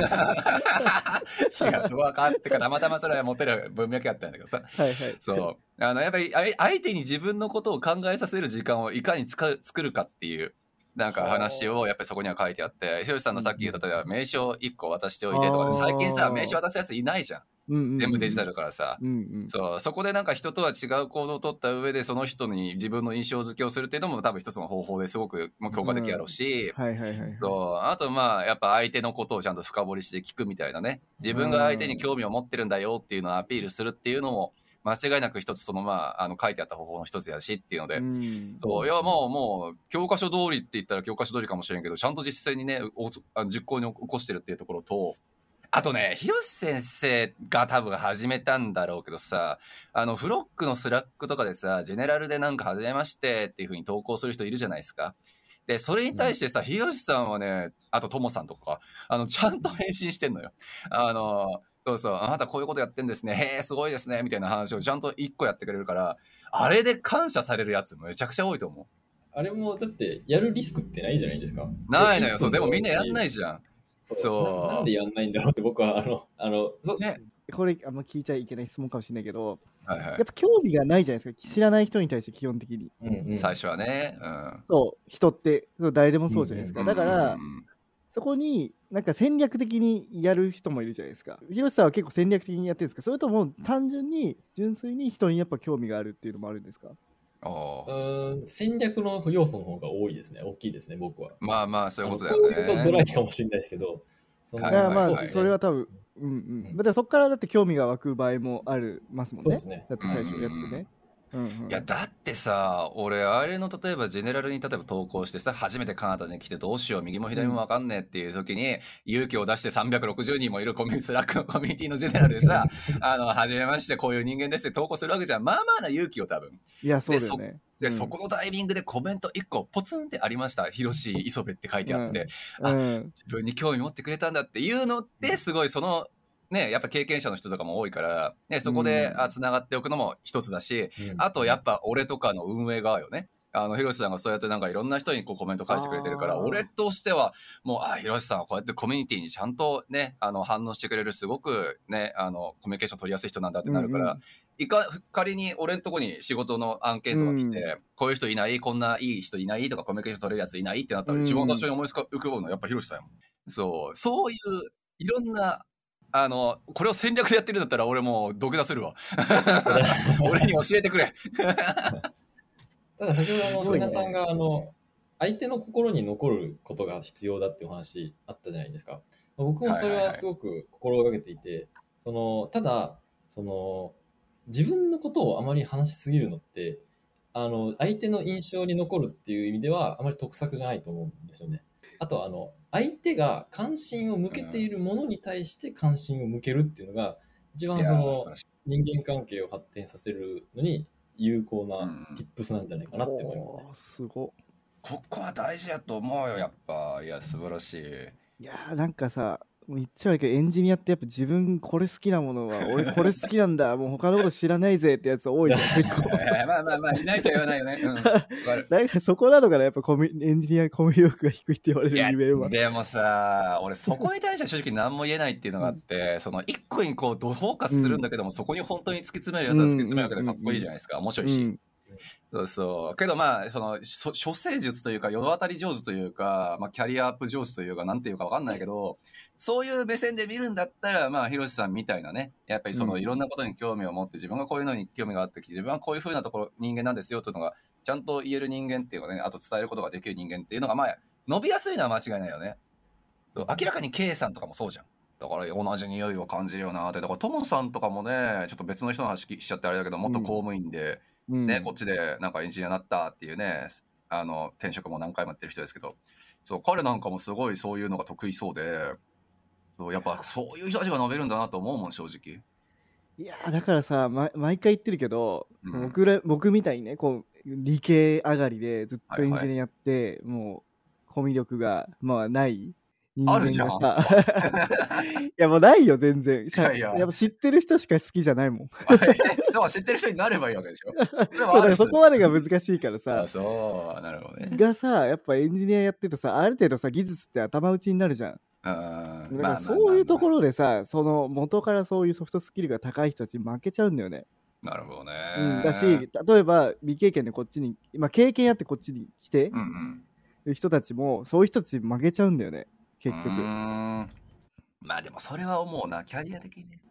分かってかたまたまそれはモテる文脈やったんだけどさはい、はい、 そうあのやっぱり相手に自分のことを考えさせる時間をいかに使う作るかっていうなんか話をやっぱりそこには書いてあって、ひろしさんのさっき言った例えば名刺をいっこ渡しておいてとかで、最近さ名刺渡すやついないじゃん。 全部デジタルからさ、 うんうん、 そうそこでなんか人とは違う行動を取った上でその人に自分の印象付けをするっていうのも多分一つの方法ですごくもう強化的やろうし、 うん、はいはいはいはい、 そうあとまあやっぱ相手のことをちゃんと深掘りして聞くみたいなね、自分が相手に興味を持ってるんだよっていうのをアピールするっていうのも間違いなく一つそのまああの書いてあった方法の一つやしっていうので、うん、そういやもうもう教科書通りって言ったら教科書通りかもしれんけどちゃんと実際にね実行に起こしてるっていうところと、あとね、ひろし先生が多分始めたんだろうけどさ、あのフロックのスラックとかでさ、ジェネラルでなんか始めましてっていう風に投稿する人いるじゃないですか。でそれに対してさ、ひろしさんはね、あとともさんとかあのちゃんと返信してんのよ。あのそうそう、あなたこういうことやってんですね、へえすごいですねみたいな話をちゃんと一個やってくれるから、あれで感謝されるやつめちゃくちゃ多いと思う。 あれもだってやるリスクってないじゃないですか。 ないのよ。そうでもみんなやんないじゃん。そうな, なんでやんないんだろうって僕はあのあのそ、 ね、これあんま聞いちゃいけない質問かもしれないけど、 はいはい、 やっぱ興味がないじゃないですか、知らない人に対して基本的に、 うんうん、最初はね、うん、 そう人ってそう誰でもそうじゃないですか、うんうん、だから、うん、そこになんか戦略的にやる人もいるじゃないですか。ひろしさんは結構戦略的にやってるんですか、それとも単純に純粋に人にやっぱ興味があるっていうのもあるんですか。 うん戦略の要素の方が多いですね、大きいですね、僕は。 まあまあそういうことだよね。 こういうことドライかもしれないですけど、 そのだからまあそれは多分、うんうん、だからそこからだって興味が湧く場合もありますもんね。そうですね。だって最初やってね。 うんうん、いやだってさ、俺あれの例えばジェネラルに例えば投稿してさ、初めてカナダに来てどうしよう右も左も分かんねえっていう時に、うん、勇気を出してさんびゃくろくじゅうにんもいるコミュニスラックのコミュニティのジェネラルでさあの初めましてこういう人間ですって投稿するわけじゃん。まあまあな勇気を多分。 いやそうだよね。 で、うん、そこのタイミングでコメントいっこポツンってありました。ひろし磯部って書いてあって、うん、あ、うん、自分に興味持ってくれたんだっていうのってすごいそのね、やっぱ経験者の人とかも多いから、ね、そこでつながっておくのも一つだし、うん、あとやっぱ俺とかの運営側よね。あのひろしさんがそうやってなんかいろんな人にこうコメント返してくれてるから、俺としてはもうあひろしさんはこうやってコミュニティにちゃんとねあの反応してくれるすごくねあのコミュニケーション取りやすい人なんだってなるから、うんうん、いか仮に俺のとこに仕事の案件とか来て、うん、こういう人いないこんないい人いないとかコミュニケーション取れるやついないってなったら、うん、一番最初に思い浮かぶのはやっぱひろしさんやもん。そうそういういろんなあのこれを戦略でやってるんだったら俺もう土下座するわ俺に教えてくれただ先ほどあの菅さんがあの相手の心に残ることが必要だっていうお話あったじゃないですか。僕もそれはすごく心がけていて、はいはいはい、そのただその自分のことをあまり話しすぎるのってあの相手の印象に残るっていう意味ではあまり得策じゃないと思うんですよね。あとはあの相手が関心を向けているものに対して関心を向けるっていうのが一番その人間関係を発展させるのに有効な tips なんじゃないかなって思いますね。 うん、すごここは大事やと思うよやっぱ。いや素晴らしい。 いやーなんかさもう言っちゃうけどエンジニアってやっぱ自分これ好きなものは俺これ好きなんだもう他のこと知らないぜってやつ多いじゃん結構まあまあまあいないとは言わないよね、うん、 なんかそこなのかなやっぱコミエンジニアコミュ力が低いって言われる理由は。 でもさ俺そこに対しては正直何も言えないっていうのがあって、うん、その一個にこうドフォーカスするんだけども、うん、そこに本当に突き詰めるやつは突き詰めるわけでかっこいいじゃないですか、面白いし、うんそうそうけどまあその処世術というか世渡り上手というか、まあ、キャリアアップ上手というかなんていうか分かんないけどそういう目線で見るんだったらまあひろしさんみたいなねやっぱりそのいろんなことに興味を持って自分がこういうのに興味があって自分はこういう風なところ人間なんですよというのがちゃんと言える人間っていうのがねあと伝えることができる人間っていうのがまあ伸びやすいのは間違いないよね。そう明らかに K さんとかもそうじゃん。だから同じ匂いを感じるよなって。だからトモさんとかもねちょっと別の人の話しちゃってあれだけど元公務員で、うんね、うん、こっちでなんかエンジニアになったっていうねあの転職も何回もやってる人ですけどそう彼なんかもすごいそういうのが得意そうでそうやっぱそういう人たちが伸びるんだなと思うもん正直。 いやだからさ、ま、毎回言ってるけど、うん、僕ら僕みたいにねこう理系上がりでずっとエンジニアやって、はいはい、もうコミュ力がまあない人間がさいやもうないよ全然。いやいややっぱ知ってる人しか好きじゃないもんでも知ってる人になればいいわけでしょそうだからそこまでが難しいからさあそうなるほどねがさやっぱエンジニアやってるとさある程度さ技術って頭打ちになるじゃん。あだからそういうところでさ、まあまあまあ、その元からそういうソフトスキルが高い人たちに負けちゃうんだよね。 なるほどね、 うん、だし例えば未経験でこっちに、まあ、経験あってこっちに来て、うんうん、人たちもそういう人たち負けちゃうんだよね結局。うーんまあでもそれは思うなキャリア的にね、うん、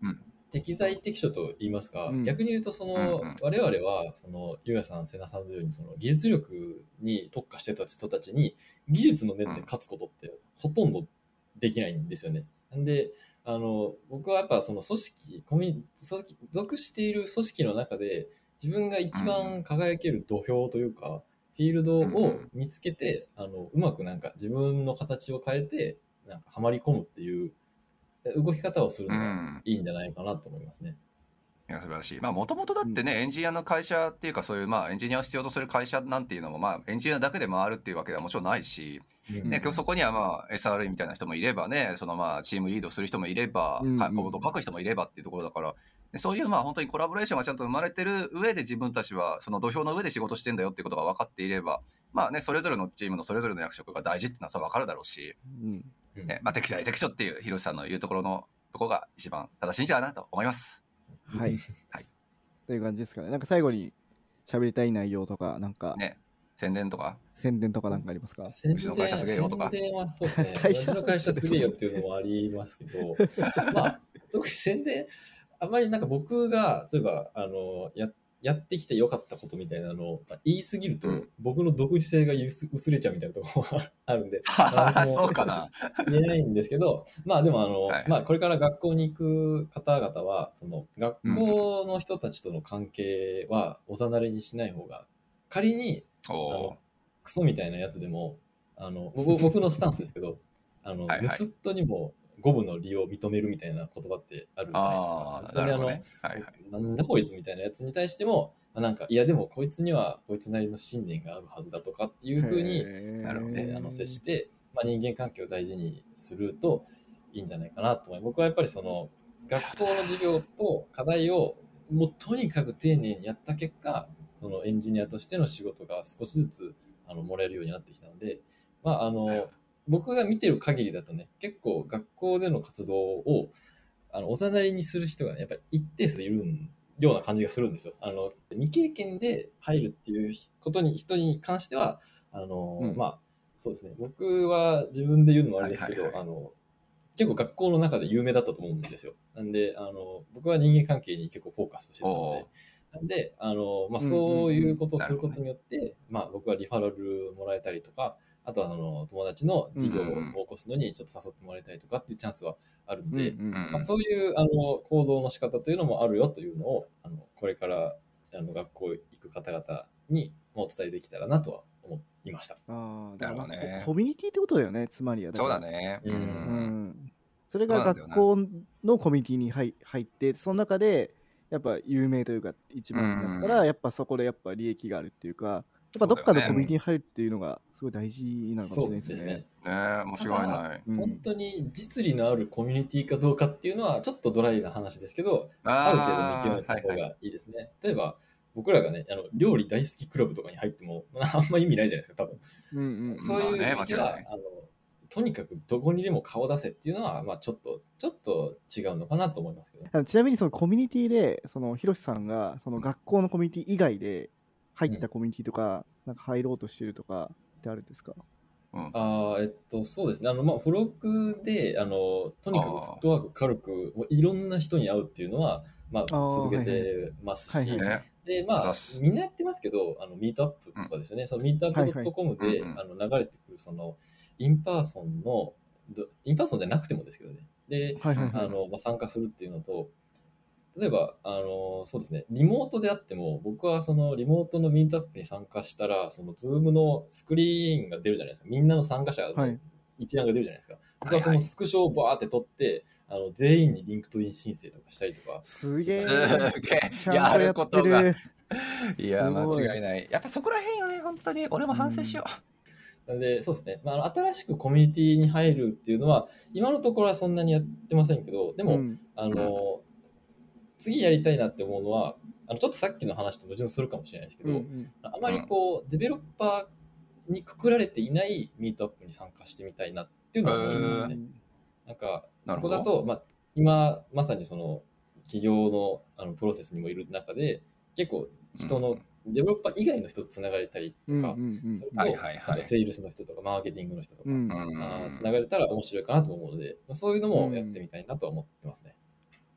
適材適所と言いますか、うん、逆に言うとその、うんうん、我々はそのゆうやさん、瀬名さんのようにその技術力に特化してた人たちに技術の面で勝つことってほとんどできないんですよね。なんであの僕はやっぱその組織、コミュニ組織属している組織の中で自分が一番輝ける土俵というか、うん、フィールドを見つけて、あのうまくなんか自分の形を変えてなんかはまり込むっていう動き方をするのがいいんじゃないかなと思いますね。 いや素晴らしい。まあもともとだってね、うん、エンジニアの会社っていうかそういうまあエンジニアを必要とする会社なんていうのもまあエンジニアだけで回るっていうわけではもちろんないし、うんね、そこにはまあ エスアールイー みたいな人もいればね、そのまあチームリードする人もいれば、うんうん、コードを書く人もいればっていうところだから、そういうまあ本当にコラボレーションがちゃんと生まれてる上で自分たちはその土俵の上で仕事してんだよっていうことが分かっていれば、まあねそれぞれのチームのそれぞれの役職が大事っていうのはさ分かるだろうし、うんねまあ、適材適所っていう広瀬さんの言うところのところが一番正しいんじゃないかなと思います。 はい。はい。という感じですかね。なんか最後に喋りたい内容とか、なんか。 ね。宣伝とか宣伝とかなんかありますか？ うちの会社すげえよとか。宣伝はそうですね。うちの会社すげえよっていうのもありますけど、まあ、特に宣伝、あんまりなんか僕が、例えば、あの、ややってきてよかったことみたいなのを言い過ぎると、うん、僕の独自性が薄れちゃうみたいなところがあるんで、 そうかな言えないんですけど、まあでもあの、はい、まあこれから学校に行く方々は、その学校の人たちとの関係はおざなりにしない方が、仮にあのクソみたいなやつでも、あの僕のスタンスですけど、あのはい、はい、盗っ人にも五分の利用を認めるみたいな言葉ってあるじゃないですか。本当にあの、ねはいはい、なんだこいつみたいなやつに対しても、なんかいやでもこいつにはこいつなりの信念があるはずだとかっていうふうになるのであの接して、まあ、人間関係を大事にするといいんじゃないかなと思います。僕はやっぱりその学校の授業と課題をもうとにかく丁寧にやった結果、そのエンジニアとしての仕事が少しずつあのもらえるようになってきたので、まああの僕が見てる限りだとね、結構学校での活動をあのおざなりにする人がね、やっぱり一定数いるような感じがするんですよ。あの未経験で入るっていうことに人に関しては、あの、うん、まあそうですね。僕は自分で言うのもあれですけど、はいはいはい、あの結構学校の中で有名だったと思うんですよ。なんであの僕は人間関係に結構フォーカスしてたので。なんであの、まあ、そういうことをすることによって、うんうんうんまあ、僕はリファラルもらえたりとか、あとはあの友達の事業を起こすのにちょっと誘ってもらえたりとかっていうチャンスはあるので、うんうんうんまあ、そういうあの行動の仕方というのもあるよというのをあのこれからあの学校行く方々にもお伝えできたらなとは思いました。 ああ、だからね、コミュニティってことだよね、つまりは。 そうだね。うん。うん、 それが学校のコミュニティに入って、その中でやっぱ有名というか一番だったら、やっぱそこでやっぱ利益があるっていうか、やっぱどっかのコミュニティに入るっていうのがすごい大事なのかもしれないですね。そうですね。 ね間違いない。 本当に実利のあるコミュニティかどうかっていうのはちょっとドライな話ですけど、あ, ある程度見極めた方がいいですね。はいはい、例えば僕らがね、あの料理大好きクラブとかに入ってもあんま意味ないじゃないですか、多分。うんうん、そういう意味では、まあね、あのとにかくどこにでも顔出せっていうのは、まあ、ちょっとちょっと違うのかなと思いますけど。 ちなみにそのコミュニティでそのひろしさんがその学校のコミュニティ以外で入ったコミュニティとか、うん、なんか入ろうとしてるとかってあるんですか？ うん、あえっとそうですね。あのまあ付録であのとにかくフットワーク軽くもういろんな人に会うっていうのはまあ続けてますし、はいはい、でまあみんなやってますけど、あのミートアップとかですよね。うん、そのミートアップ .com で、はいはい、あの流れてくるそのインパーソンのインパーソンじゃなくてもですけどね。で、はいはいはい、あのまあ、参加するっていうのと、例えばあのそうですね、リモートであっても、僕はそのリモートのミートアップに参加したら、そのズームのスクリーンが出るじゃないですか。みんなの参加者の一覧が出るじゃないですか。はい、僕はそのスクショをバーって取って、あの全員にリンクトイン申請とかしたりとか。 すげえ。 やることが。いや間違いない。やっぱそこら辺よね、本当に。俺も反省しよう。うんなので、そうですね。まあ、新しくコミュニティに入るっていうのは、今のところはそんなにやってませんけど、でも、うん、あの、次やりたいなって思うのは、あのちょっとさっきの話と矛盾するかもしれないですけど、うんうん、あまりこう、デベロッパーにくくられていないミートアップに参加してみたいなっていうのは思いますね。なんか、そこだと、まあ、今、まさにその、企業のあのプロセスにもいる中で、結構人の、うんデベロッパー以外の人とつながれたりとか、それとセールスの人とかマーケティングの人とか、うん、あつながれたら面白いかなと思うので、そういうのもやってみたいなとは思ってますね。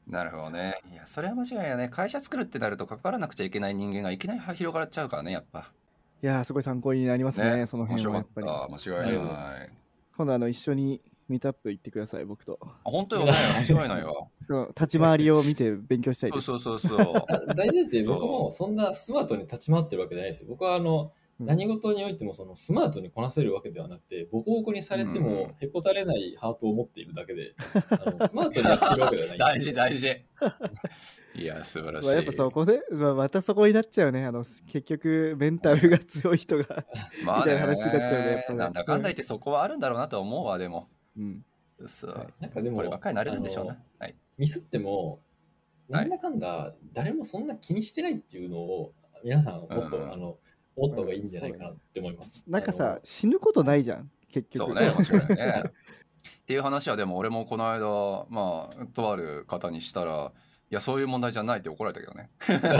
なるほどね。いや、それは間違いないよね。会社作るってなると関わらなくちゃいけない人間がいきなり広がっちゃうからね、やっぱ。 いやー、すごい参考になりますね、 ね、 その辺はやっぱり。 間違いない。 今度あの一緒にミートアップ行ってください、僕と。 あ、本当よね、間違いないよ。 立ち回りを見て勉強したいです。 そうそうそうそう。 大前提、僕もそんなスマートに立ち回ってるわけじゃないですよ。僕はあの、うん、何事においてもそのスマートにこなせるわけではなくて、ボコボコにされてもへこたれないハートを持っているだけで、あのスマートにやってるわけではない。 大事大事。いや、素晴らしい。 まあ、やっぱそこで、まあ、またそこになっちゃうね。あの結局メンタルが強い人がまあみたいな話になっちゃうね。やっぱね、 なんだかんだ言ってそこはあるんだろうなと思うわ、でも。 うん。 そう、 はい、なんかでもこればっかりなれるんでしょうね。はい、 ミスってもなんだかんだ誰もそんな気にしてないっていうのを皆さんもっと、うん、あの思った方がいいんじゃないかなって思います。 なんかさ、死ぬことないじゃん結局。 そうね、もちろんね。っていう話はでも俺もこの間まあとある方にしたら、いやそういう問題じゃないって怒られたけどね。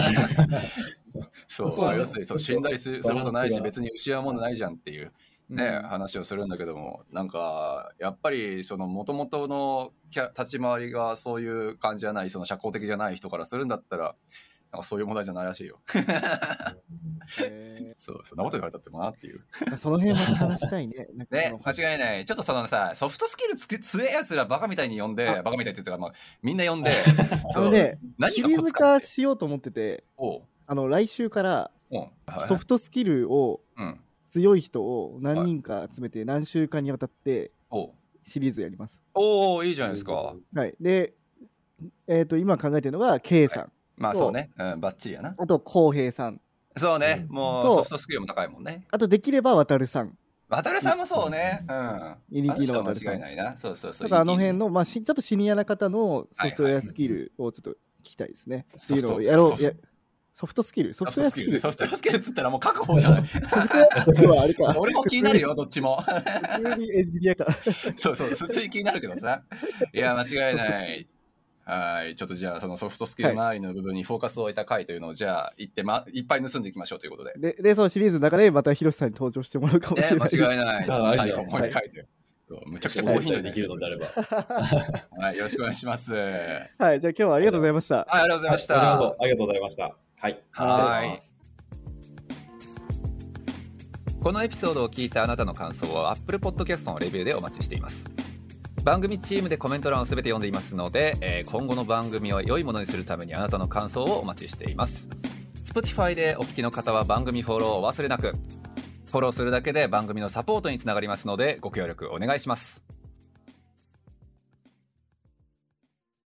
そう、そう要するにそう死んだりすることないし別に失うものないじゃんっていう。ね、うん、話をするんだけども、なんかやっぱりその元々の立ち回りがそういう感じじゃない、その社交的じゃない人からするんだったら、なんかそういう問題じゃないらしいよ。そう、そんなこと言われたってもなっていう。 その辺また話したいね。 ね、間違いない。ちょっとそのさ、ソフトスキルつ強いやつらバカみたいに呼んで、バカみたいって言ってたから、まあ、みんな呼んで、 それでシリーズ化しようと思ってて、あの来週からソフトスキルを、うん強い人を何人か集めて何週間にわたってシリーズやります。 おお、いいじゃないですか。 はい。で、えっと今考えてるのが K さん、はい、 まあそうね、うん、バッチリやな。 あと浩平さん。 そうね、もうソフトスキルも高いもんね。 あとできれば渡るさん。 渡るさんもそうね。うん。 イニティの渡るさん。 間違いないな。そうそうそう。 だからあの辺のまあちょっとシニアな方のソフトウェアスキルをちょっと聞きたいですね。っていうのをやろう。ソフトスキルソフトウェアスキルソフトウェアスキルっつったらもう確保じゃない。ソフトウェアスキルはあれか。俺も気になるよ、どっちも。 普通にエンジニアか。 そうそう、普通に気になるけどさ。いや、間違いない。はい。ちょっとじゃあ、そのソフトスキル周りの部分にフォーカスを置いた回というのを、じゃあ、行って、ま、いっぱい盗んでいきましょうということで。 で、でそのシリーズの中でまたヒロシさんに登場してもらうかもしれないです。 間違いない。最後、もう一回で。むちゃくちゃ高頻度できるのであれば。はい。よろしくお願いします。 はい。じゃあ今日はありがとうございました。 はい。ありがとうございました。 ありがとうございました。はい。 はい。このエピソードを聞いたあなたの感想は Apple Podcast のレビューでお待ちしています。番組チームでコメント欄をすべて読んでいますので、えー、今後の番組を良いものにするためにあなたの感想をお待ちしています。 Spotify でお聞きの方は番組フォローをお忘れなく。フォローするだけで番組のサポートにつながりますのでご協力お願いします。